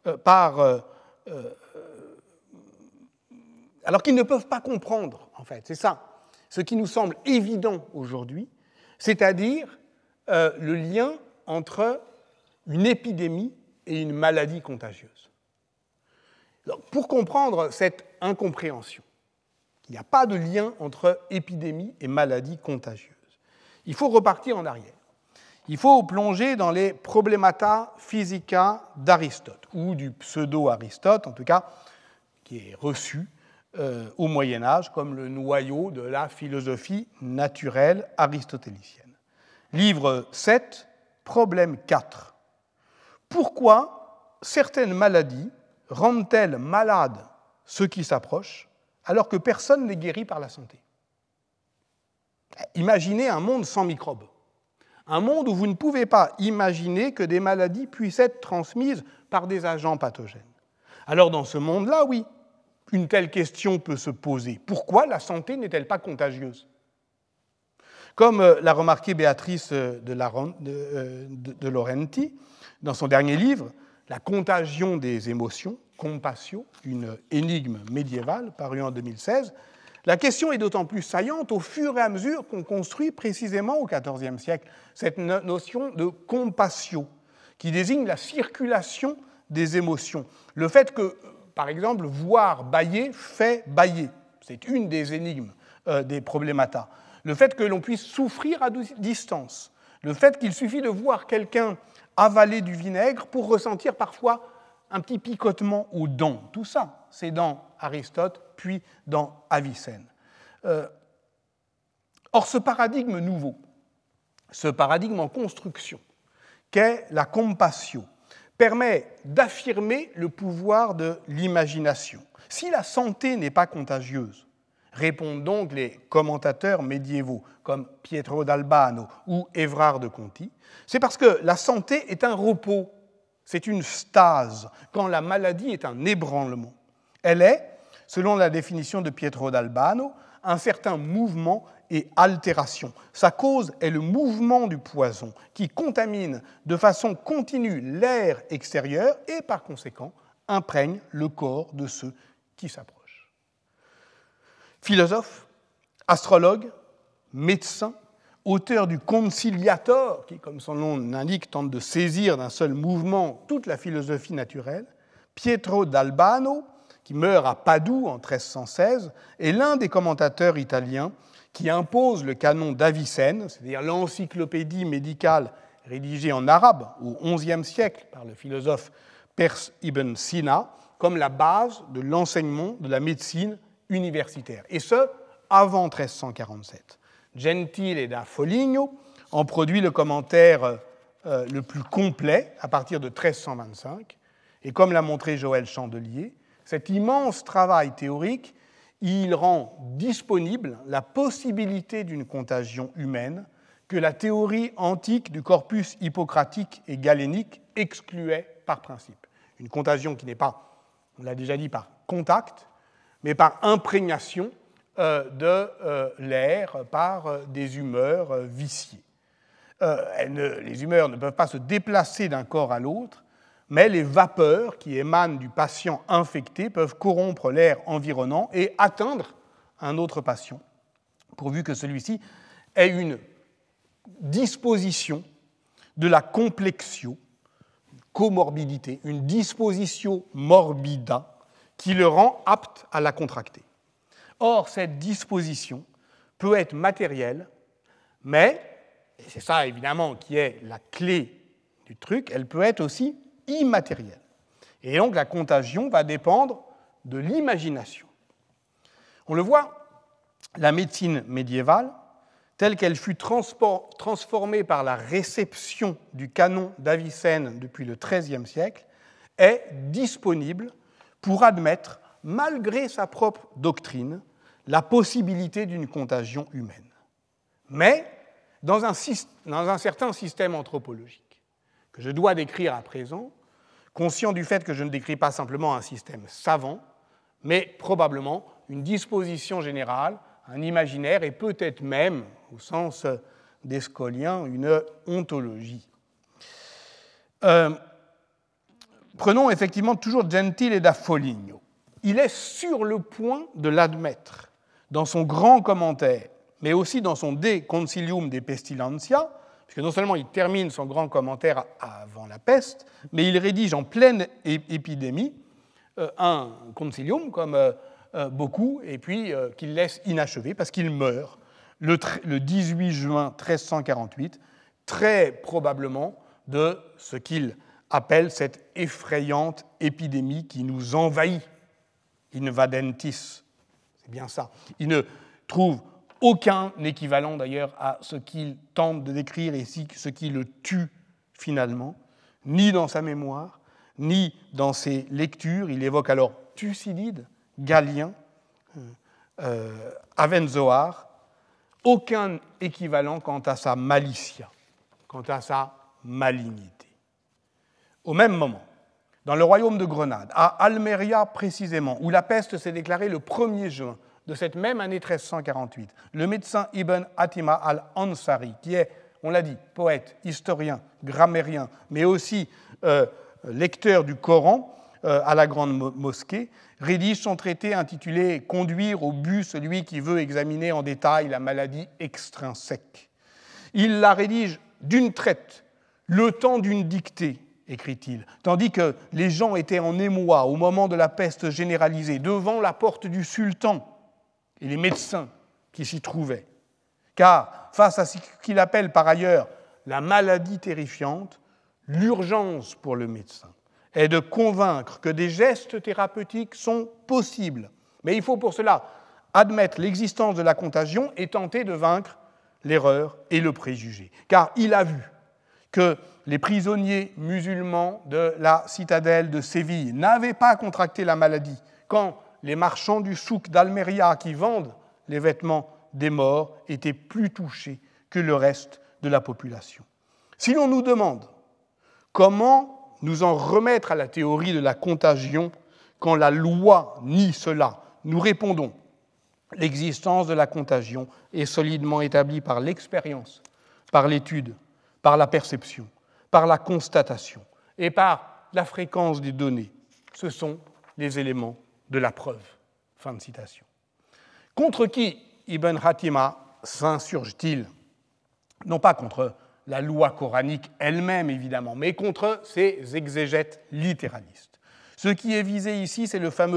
alors qu'ils ne peuvent pas comprendre, en fait, c'est ça, ce qui nous semble évident aujourd'hui, c'est-à-dire le lien entre une épidémie et une maladie contagieuse. Donc, pour comprendre cette incompréhension, il n'y a pas de lien entre épidémie et maladie contagieuse. Il faut repartir en arrière. Il faut plonger dans les Problemata Physica d'Aristote, ou du pseudo-Aristote, en tout cas, qui est reçu au Moyen-Âge comme le noyau de la philosophie naturelle aristotélicienne. Livre 7, problème 4. Pourquoi certaines maladies rendent-elles malades ceux qui s'approchent alors que personne n'est guéri par la santé? Imaginez un monde sans microbes. Un monde où vous ne pouvez pas imaginer que des maladies puissent être transmises par des agents pathogènes. Alors dans ce monde-là, oui, une telle question peut se poser. Pourquoi la santé n'est-elle pas contagieuse? Comme l'a remarqué Béatrice de Laurenti dans son dernier livre, La contagion des émotions, Compassio, une énigme médiévale, paru en 2016, la question est d'autant plus saillante au fur et à mesure qu'on construit précisément au XIVe siècle cette notion de compassio, qui désigne la circulation des émotions. Le fait que, par exemple, voir bâiller fait bâiller, c'est une des énigmes des problémata. Le fait que l'on puisse souffrir à distance, le fait qu'il suffit de voir quelqu'un avaler du vinaigre pour ressentir parfois un petit picotement aux dents. Tout ça, c'est dans Aristote, puis dans Avicenne. Or, ce paradigme nouveau, ce paradigme en construction, qu'est la compassio, permet d'affirmer le pouvoir de l'imagination. Si la santé n'est pas contagieuse, répondent donc les commentateurs médiévaux comme Pietro d'Albano ou Évrard de Conti, c'est parce que la santé est un repos, c'est une stase, quand la maladie est un ébranlement. Elle est, selon la définition de Pietro d'Albano, un certain mouvement et altération. Sa cause est le mouvement du poison qui contamine de façon continue l'air extérieur et par conséquent imprègne le corps de ceux qui s'approchent. Philosophe, astrologue, médecin, auteur du Conciliator, qui, comme son nom l'indique, tente de saisir d'un seul mouvement toute la philosophie naturelle, Pietro d'Albano, qui meurt à Padoue en 1316, est l'un des commentateurs italiens qui impose le canon d'Avicenne, c'est-à-dire l'encyclopédie médicale rédigée en arabe au XIe siècle par le philosophe perse Ibn Sina, comme la base de l'enseignement de la médecine universitaire, et ce, avant 1347. Gentile et da Foligno en produit le commentaire le plus complet à partir de 1325, et comme l'a montré Joël Chandelier, cet immense travail théorique, il rend disponible la possibilité d'une contagion humaine que la théorie antique du corpus hippocratique et galénique excluait par principe. Une contagion qui n'est pas, on l'a déjà dit, par contact, mais par imprégnation de l'air par des humeurs viciées. Les humeurs ne peuvent pas se déplacer d'un corps à l'autre, mais les vapeurs qui émanent du patient infecté peuvent corrompre l'air environnant et atteindre un autre patient, pourvu que celui-ci ait une disposition de la complexio, comorbidité, une disposition morbida qui le rend apte à la contracter. Or, cette disposition peut être matérielle, mais, et c'est ça évidemment qui est la clé du truc, elle peut être aussi immatérielle. Et donc la contagion va dépendre de l'imagination. On le voit, la médecine médiévale, telle qu'elle fut transformée par la réception du canon d'Avicenne depuis le XIIIe siècle, est disponible pour admettre, malgré sa propre doctrine, la possibilité d'une contagion humaine. Mais dans un certain système anthropologique que je dois décrire à présent, conscient du fait que je ne décris pas simplement un système savant, mais probablement une disposition générale, un imaginaire et peut-être même, au sens d'Escolien, une ontologie. Prenons effectivement toujours Gentile et da Foligno. Il est sur le point de l'admettre dans son grand commentaire, mais aussi dans son De Concilium de Pestilentia, puisque non seulement il termine son grand commentaire avant la peste, mais il rédige en pleine épidémie un concilium, comme beaucoup, et puis qu'il laisse inachevé parce qu'il meurt le 18 juin 1348, très probablement de ce qu'il appelle cette effrayante épidémie qui nous envahit, invadentis. C'est bien ça. Il ne trouve aucun équivalent d'ailleurs à ce qu'il tente de décrire et ce qui le tue finalement, ni dans sa mémoire, ni dans ses lectures. Il évoque alors Thucydide, Galien, Avenzoar, aucun équivalent quant à sa malicia, quant à sa malignité. Au même moment, dans le royaume de Grenade, à Almeria précisément, où la peste s'est déclarée le 1er juin de cette même année 1348, le médecin Ibn Hatima al-Ansari, qui est, on l'a dit, poète, historien, grammairien, mais aussi lecteur du Coran à la Grande Mosquée, rédige son traité intitulé « Conduire au but celui qui veut examiner en détail la maladie extrinsèque ». Il la rédige d'une traite, le temps d'une dictée, écrit-il, tandis que les gens étaient en émoi au moment de la peste généralisée, devant la porte du sultan et les médecins qui s'y trouvaient. Car, face à ce qu'il appelle par ailleurs la maladie terrifiante, l'urgence pour le médecin est de convaincre que des gestes thérapeutiques sont possibles. Mais il faut pour cela admettre l'existence de la contagion et tenter de vaincre l'erreur et le préjugé. Car il a vu que les prisonniers musulmans de la citadelle de Séville n'avaient pas contracté la maladie quand les marchands du souk d'Almeria qui vendent les vêtements des morts étaient plus touchés que le reste de la population. Si l'on nous demande comment nous en remettre à la théorie de la contagion quand la loi nie cela, nous répondons « L'existence de la contagion est solidement établie par l'expérience, par l'étude, par la perception, par la constatation et par la fréquence des données. Ce sont les éléments de la preuve. » Fin de citation. Contre qui Ibn Hatima s'insurge-t-il? Non pas contre la loi coranique elle-même, évidemment, mais contre ses exégètes littéralistes. Ce qui est visé ici, c'est le fameux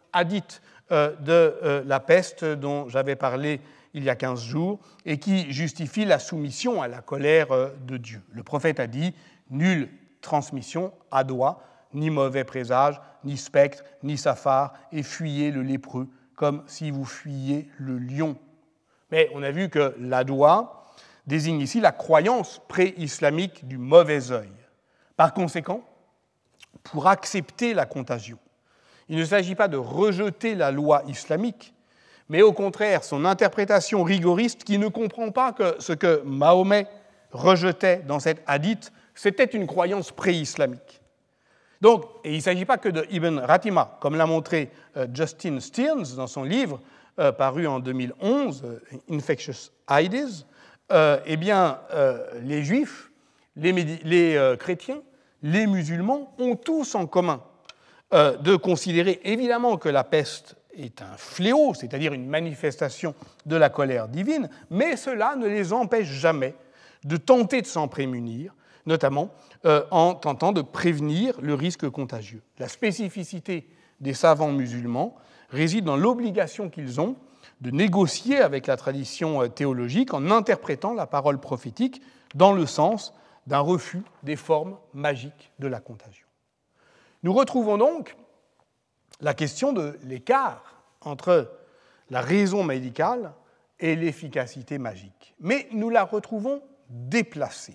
hadith de la peste dont j'avais parlé il y a 15 jours et qui justifie la soumission à la colère de Dieu. Le prophète a dit « Nulle transmission à doigt, ni mauvais présage, ni spectre, ni safar, et fuyez le lépreux, comme si vous fuyiez le lion. » Mais on a vu que l'adwa désigne ici la croyance pré-islamique du mauvais œil. Par conséquent, pour accepter la contagion, il ne s'agit pas de rejeter la loi islamique, mais au contraire son interprétation rigoriste qui ne comprend pas que ce que Mahomet rejetait dans cet hadith, c'était une croyance pré-islamique. Donc, et il ne s'agit pas que de Ibn Ratima, comme l'a montré Justin Stearns dans son livre paru en 2011, Infectious Ideas. Les juifs, les chrétiens, les musulmans ont tous en commun de considérer évidemment que la peste est un fléau, c'est-à-dire une manifestation de la colère divine, mais cela ne les empêche jamais de tenter de s'en prémunir, notamment en tentant de prévenir le risque contagieux. La spécificité des savants musulmans réside dans l'obligation qu'ils ont de négocier avec la tradition théologique en interprétant la parole prophétique dans le sens d'un refus des formes magiques de la contagion. Nous retrouvons donc la question de l'écart entre la raison médicale et l'efficacité magique. Mais nous la retrouvons déplacée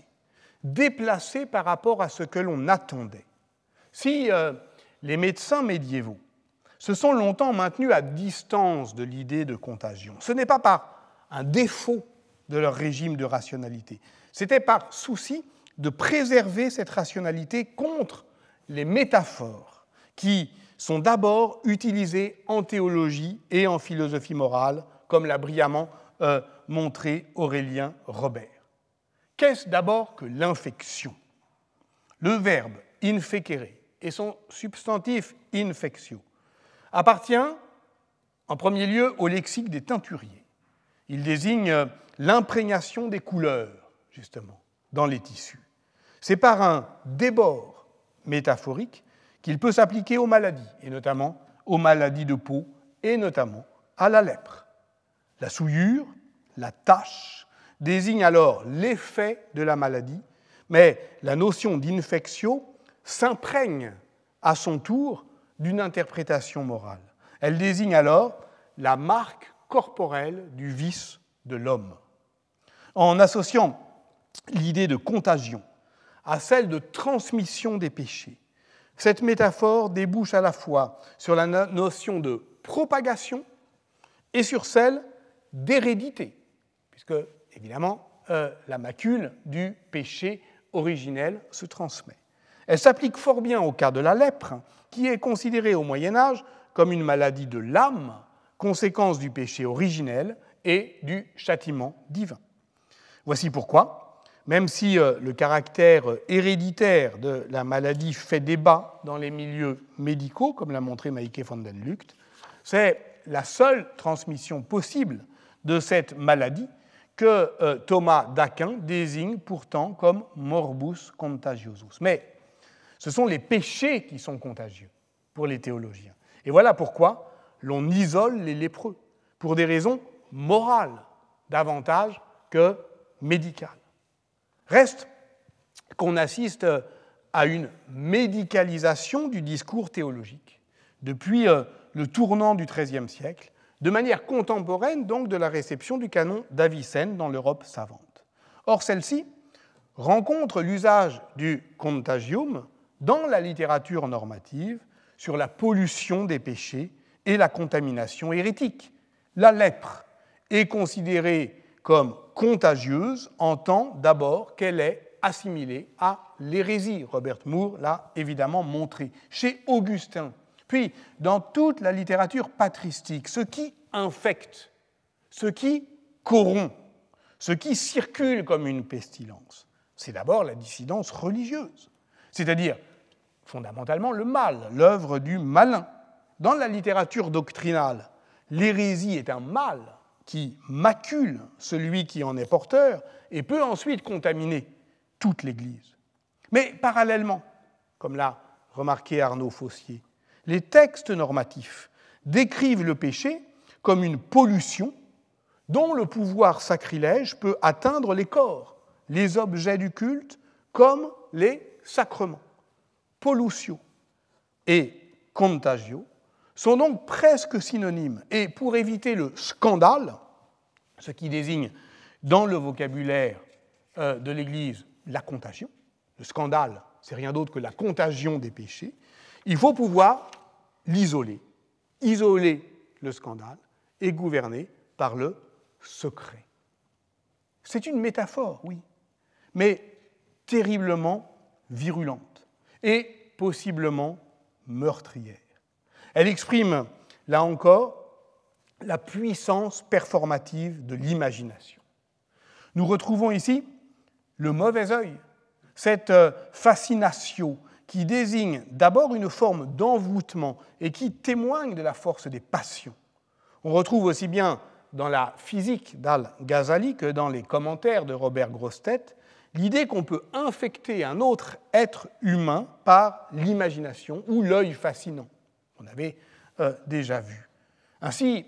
par rapport à ce que l'on attendait. Si les médecins médiévaux se sont longtemps maintenus à distance de l'idée de contagion, ce n'est pas par un défaut de leur régime de rationalité, c'était par souci de préserver cette rationalité contre les métaphores qui sont d'abord utilisées en théologie et en philosophie morale, comme l'a brillamment montré Aurélien Robert. Qu'est-ce d'abord que l'infection ? Le verbe infecere et son substantif infectio appartient en premier lieu au lexique des teinturiers. Il désigne l'imprégnation des couleurs, justement, dans les tissus. C'est par un débord métaphorique qu'il peut s'appliquer aux maladies, et notamment aux maladies de peau, et notamment à la lèpre. La souillure, la tache, désigne alors l'effet de la maladie, mais la notion d'infectio s'imprègne à son tour d'une interprétation morale. Elle désigne alors la marque corporelle du vice de l'homme. En associant l'idée de contagion à celle de transmission des péchés, cette métaphore débouche à la fois sur la notion de propagation et sur celle d'hérédité, puisque, évidemment, la macule du péché originel se transmet. Elle s'applique fort bien au cas de la lèpre, qui est considérée au Moyen-Âge comme une maladie de l'âme, conséquence du péché originel et du châtiment divin. Voici pourquoi, même si le caractère héréditaire de la maladie fait débat dans les milieux médicaux, comme l'a montré Maïke van den Lugt, c'est la seule transmission possible de cette maladie que Thomas d'Aquin désigne pourtant comme morbus contagiosus. Mais ce sont les péchés qui sont contagieux pour les théologiens. Et voilà pourquoi l'on isole les lépreux, pour des raisons morales davantage que médicales. Reste qu'on assiste à une médicalisation du discours théologique depuis le tournant du XIIIe siècle, de manière contemporaine donc de la réception du canon d'Avicenne dans l'Europe savante. Or, celle-ci rencontre l'usage du contagium dans la littérature normative sur la pollution des péchés et la contamination hérétique. La lèpre est considérée comme contagieuse en tant d'abord qu'elle est assimilée à l'hérésie. Robert Moore l'a évidemment montré. Chez Augustin, puis dans toute la littérature patristique, ce qui infecte, ce qui corrompt, ce qui circule comme une pestilence, c'est d'abord la dissidence religieuse, c'est-à-dire fondamentalement le mal, l'œuvre du malin. Dans la littérature doctrinale, l'hérésie est un mal qui macule celui qui en est porteur et peut ensuite contaminer toute l'Église. Mais parallèlement, comme l'a remarqué Arnaud Fossier, les textes normatifs décrivent le péché comme une pollution dont le pouvoir sacrilège peut atteindre les corps, les objets du culte, comme les sacrements. Pollutio et contagio sont donc presque synonymes. Et pour éviter le scandale, ce qui désigne dans le vocabulaire de l'Église la contagion, le scandale, c'est rien d'autre que la contagion des péchés, il faut pouvoir l'isoler, isoler le scandale et gouverner par le secret. C'est une métaphore, oui, mais terriblement virulente et possiblement meurtrière. Elle exprime, là encore, la puissance performative de l'imagination. Nous retrouvons ici le mauvais œil, cette fascination qui désigne d'abord une forme d'envoûtement et qui témoigne de la force des passions. On retrouve aussi bien dans la physique d'Al-Ghazali que dans les commentaires de Robert Grossetête l'idée qu'on peut infecter un autre être humain par l'imagination ou l'œil fascinant. On avait déjà vu. Ainsi,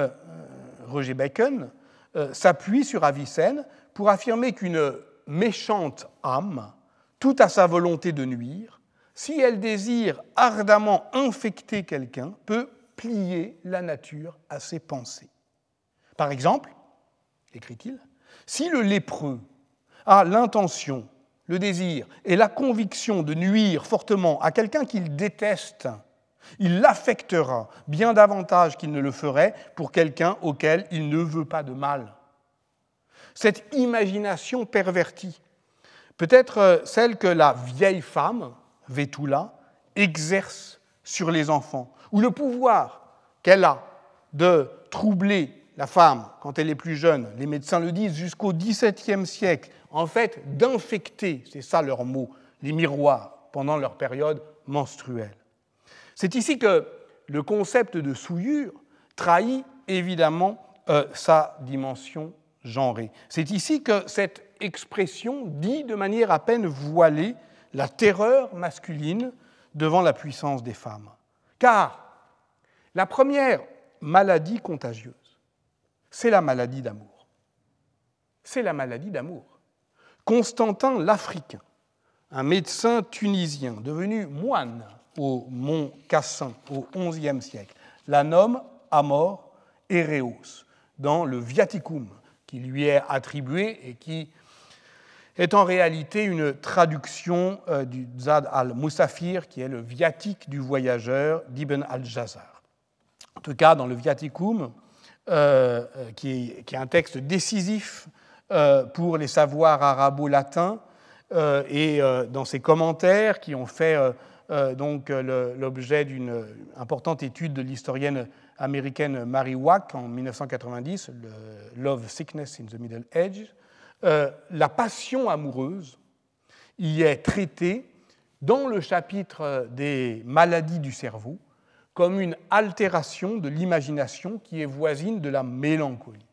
Roger Bacon s'appuie sur Avicenne pour affirmer qu'une méchante âme, toute à sa volonté de nuire, si elle désire ardemment infecter quelqu'un, peut plier la nature à ses pensées. Par exemple, écrit-il, si le lépreux a l'intention, le désir et la conviction de nuire fortement à quelqu'un qu'il déteste, il l'affectera bien davantage qu'il ne le ferait pour quelqu'un auquel il ne veut pas de mal. Cette imagination pervertie peut être celle que la vieille femme, Vétoula, exerce sur les enfants, ou le pouvoir qu'elle a de troubler la femme quand elle est plus jeune, les médecins le disent jusqu'au XVIIe siècle, en fait d'infecter, c'est ça leur mot, les miroirs pendant leur période menstruelle. C'est ici que le concept de souillure trahit évidemment sa dimension genrée. C'est ici que cette expression dit de manière à peine voilée la terreur masculine devant la puissance des femmes. Car la première maladie contagieuse, c'est la maladie d'amour. C'est la maladie d'amour. Constantin l'Africain, un médecin tunisien devenu moine au mont Cassin au XIe siècle, la nomme Amor Ereos dans le Viaticum qui lui est attribué et qui est en réalité une traduction du Zad al-Musafir, qui est le viatique du voyageur d'Ibn al-Jazar. En tout cas, dans le Viaticum, qui est un texte décisif pour les savoirs arabo-latins, et dans ses commentaires qui ont fait donc l'objet d'une importante étude de l'historienne américaine Mary Wack en 1990, Love, Sickness in the Middle Age, la passion amoureuse y est traitée dans le chapitre des maladies du cerveau comme une altération de l'imagination qui est voisine de la mélancolie.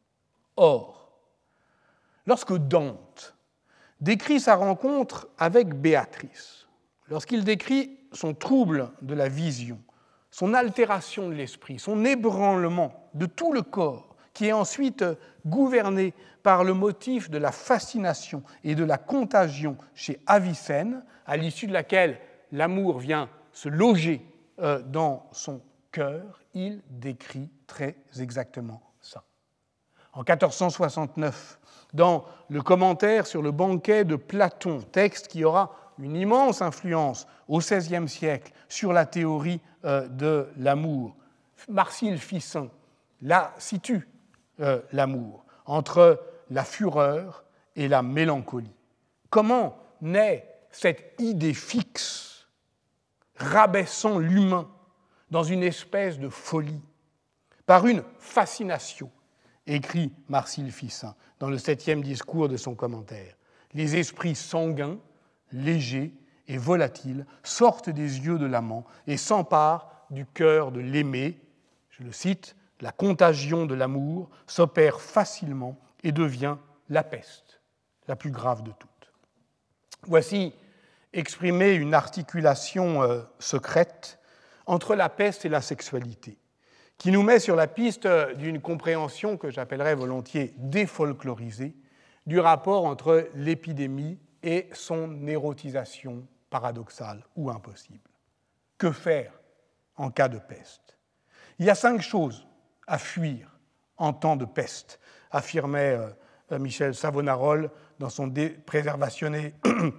Or, lorsque Dante décrit sa rencontre avec Béatrice, lorsqu'il décrit son trouble de la vision, son altération de l'esprit, son ébranlement de tout le corps, qui est ensuite gouverné par le motif de la fascination et de la contagion chez Avicenne, à l'issue de laquelle l'amour vient se loger dans son cœur, il décrit très exactement ça. En 1469, dans le commentaire sur le banquet de Platon, texte qui aura une immense influence au XVIe siècle sur la théorie de l'amour, Marcille Ficin là situe l'amour entre la fureur et la mélancolie. Comment naît cette idée fixe rabaissant l'humain dans une espèce de folie par une fascination, écrit Marcille Ficin dans le 7e discours de son commentaire. Les esprits sanguins, légers et volatiles sortent des yeux de l'amant et s'emparent du cœur de l'aimé. Je le cite, « La contagion de l'amour s'opère facilement et devient la peste, la plus grave de toutes. » Voici exprimée une articulation secrète entre la peste et la sexualité, qui nous met sur la piste d'une compréhension que j'appellerais volontiers défolklorisée du rapport entre l'épidémie et son érotisation paradoxale ou impossible. Que faire en cas de peste? Il y a 5 choses à fuir en temps de peste, affirmait Michel Savonarole dans son De Preservatione,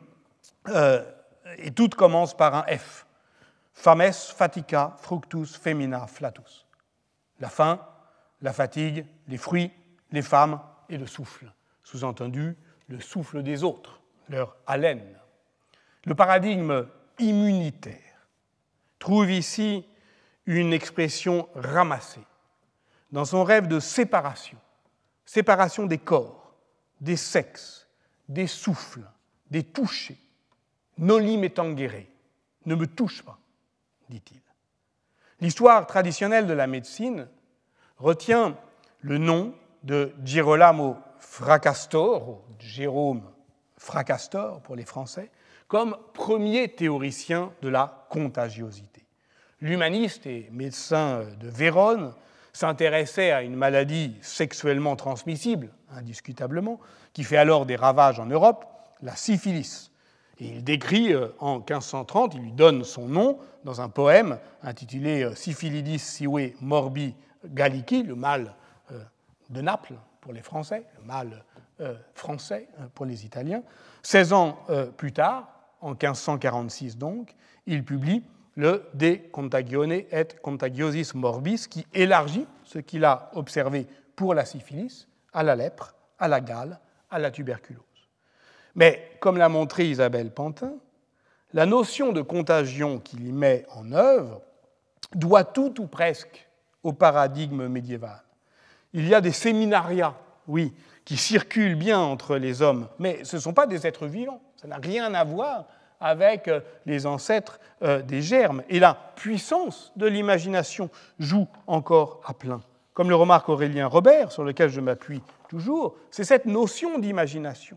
et toutes commencent par un F. Fames, fatica, fructus, femina, flatus. La faim, la fatigue, les fruits, les femmes et le souffle. Sous-entendu, le souffle des autres, leur haleine. Le paradigme immunitaire trouve ici une expression ramassée dans son rêve de séparation, séparation des corps, des sexes, des souffles, des touchés. Noli me tangere, ne me touche pas, dit-il. L'histoire traditionnelle de la médecine retient le nom de Girolamo Fracastor, Jérôme Fracastor pour les Français, comme premier théoricien de la contagiosité. L'humaniste et médecin de Vérone s'intéressait à une maladie sexuellement transmissible, indiscutablement, qui fait alors des ravages en Europe, la syphilis. Et il décrit en 1530, il lui donne son nom dans un poème intitulé Syphilidis sive morbi Gallici, le mal de Naples pour les Français, le mal français pour les Italiens. 16 ans plus tard, en 1546 donc, il publie le De Contagione et Contagiosis Morbis, qui élargit ce qu'il a observé pour la syphilis à la lèpre, à la gale, à la tuberculose. Mais, comme l'a montré Isabelle Pantin, la notion de contagion qu'il y met en œuvre doit tout ou presque au paradigme médiéval. Il y a des séminariats, oui, qui circulent bien entre les hommes, mais ce ne sont pas des êtres vivants, ça n'a rien à voir avec les ancêtres des germes. Et la puissance de l'imagination joue encore à plein. Comme le remarque Aurélien Robert, sur lequel je m'appuie toujours, c'est cette notion d'imagination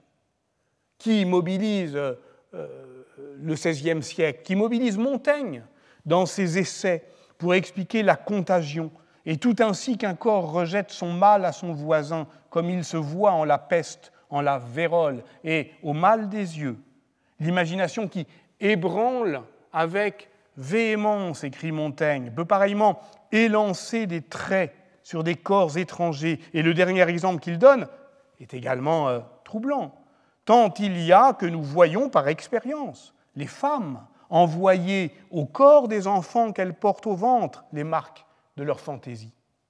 qui mobilise le XVIe siècle, qui mobilise Montaigne dans ses essais pour expliquer la contagion, et tout ainsi qu'un corps rejette son mal à son voisin, comme il se voit en la peste, en la vérole et au mal des yeux. L'imagination qui ébranle avec véhémence, écrit Montaigne, peut pareillement élancer des traits sur des corps étrangers. Et le dernier exemple qu'il donne est également troublant, tant il y a que nous voyons par expérience les femmes envoyer au corps des enfants qu'elles portent au ventre les marques de leur fantaisie.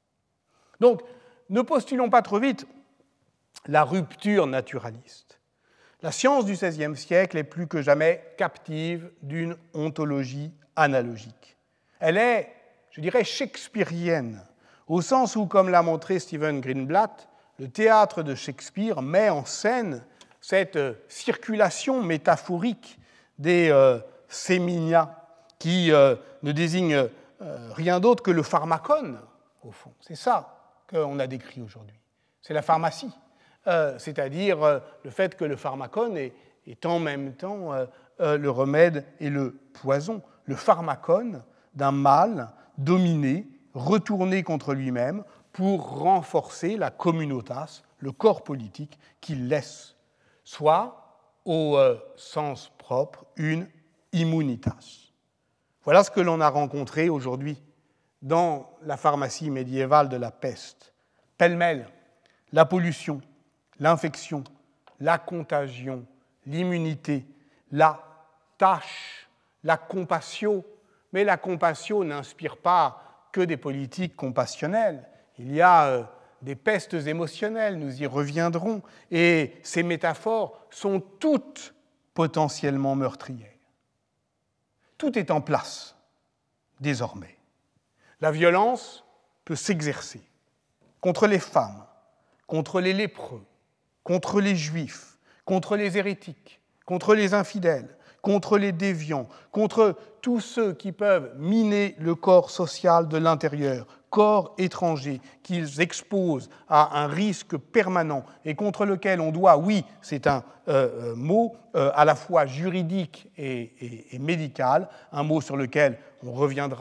Donc, ne postulons pas trop vite la rupture naturaliste. La science du XVIe siècle est plus que jamais captive d'une ontologie analogique. Elle est, je dirais, shakespearienne, au sens où, comme l'a montré Stephen Greenblatt, le théâtre de Shakespeare met en scène cette circulation métaphorique des séminia qui ne désigne rien d'autre que le pharmacone, au fond. C'est ça qu'on a décrit aujourd'hui. C'est la pharmacie, c'est-à-dire le fait que le pharmacone est en même temps le remède et le poison. Le pharmacone d'un mal dominé, retourné contre lui-même pour renforcer la communautas, le corps politique qu'il laisse, soit, au sens propre, une immunitas. Voilà ce que l'on a rencontré aujourd'hui dans la pharmacie médiévale de la peste. Pêle-mêle, la pollution, l'infection, la contagion, l'immunité, la tâche, la compassion. Mais la compassion n'inspire pas que des politiques compassionnelles. Il y a des pestes émotionnelles, nous y reviendrons, et ces métaphores sont toutes potentiellement meurtrières. Tout est en place, désormais. La violence peut s'exercer contre les femmes, contre les lépreux, contre les juifs, contre les hérétiques, contre les infidèles, contre les déviants, contre tous ceux qui peuvent miner le corps social de l'intérieur, corps étranger qu'ils exposent à un risque permanent et contre lequel on doit, oui, c'est un mot à la fois juridique et médical, un mot sur lequel on reviendra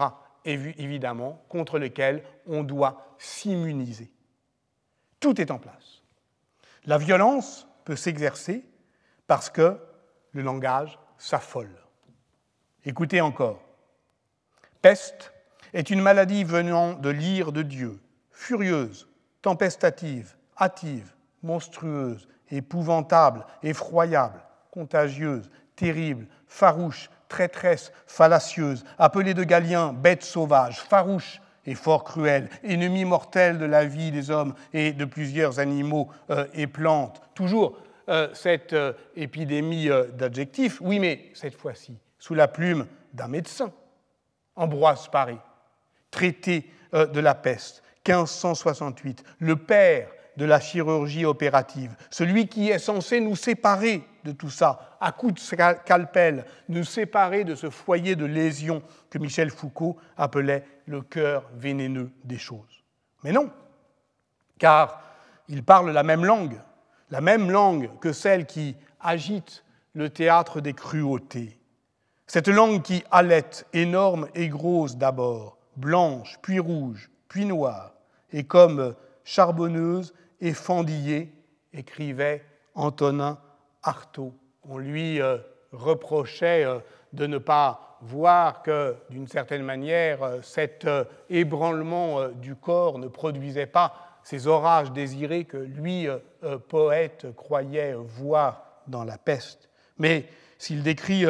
évidemment, contre lequel on doit s'immuniser. Tout est en place. La violence peut s'exercer parce que le langage s'affole. Écoutez encore. Peste est une maladie venant de l'ire de Dieu, furieuse, tempestative, hâtive, monstrueuse, épouvantable, effroyable, contagieuse, terrible, farouche, traîtresse, fallacieuse, appelée de Galien, bête sauvage, farouche et fort cruelle, ennemie mortelle de la vie des hommes et de plusieurs animaux et plantes. Toujours cette épidémie d'adjectifs, oui, mais cette fois-ci, sous la plume d'un médecin, Ambroise Paré, traité de la peste, 1568, le père de la chirurgie opérative, celui qui est censé nous séparer de tout ça, à coups de scalpel, nous séparer de ce foyer de lésions que Michel Foucault appelait le cœur vénéneux des choses. Mais non, car il parle la même langue que celle qui agite le théâtre des cruautés. Cette langue qui halète, énorme et grosse d'abord, blanche, puis rouge, puis noire, et comme charbonneuse et fendillée, écrivait Antonin Artaud. On lui reprochait de ne pas voir que, d'une certaine manière, cet ébranlement du corps ne produisait pas ces orages désirés que lui, poète, croyait voir dans la peste. Mais s'il décrit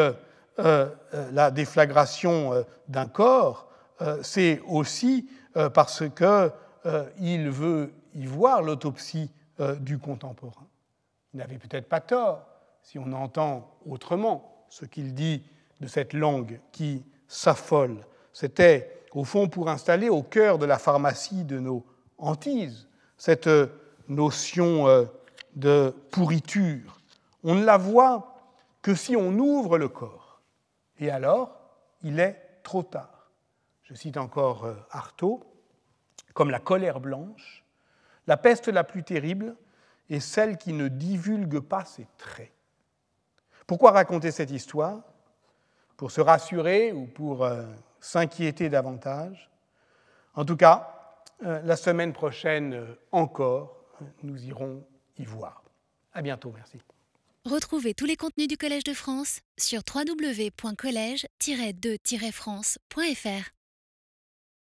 la déflagration d'un corps, c'est aussi parce qu'il veut y voir l'autopsie du contemporain. Il n'avait peut-être pas tort si on entend autrement ce qu'il dit de cette langue qui s'affole. C'était, au fond, pour installer au cœur de la pharmacie de nos hantises cette notion de pourriture. On ne la voit que si on ouvre le corps. Et alors, il est trop tard. Je cite encore Artaud, comme la colère blanche, la peste la plus terrible est celle qui ne divulgue pas ses traits. Pourquoi raconter cette histoire ? Pour se rassurer ou pour s'inquiéter davantage ? En tout cas, la semaine prochaine encore, nous irons y voir. À bientôt, merci. Retrouvez tous les contenus du Collège de France sur www.collège-2-france.fr.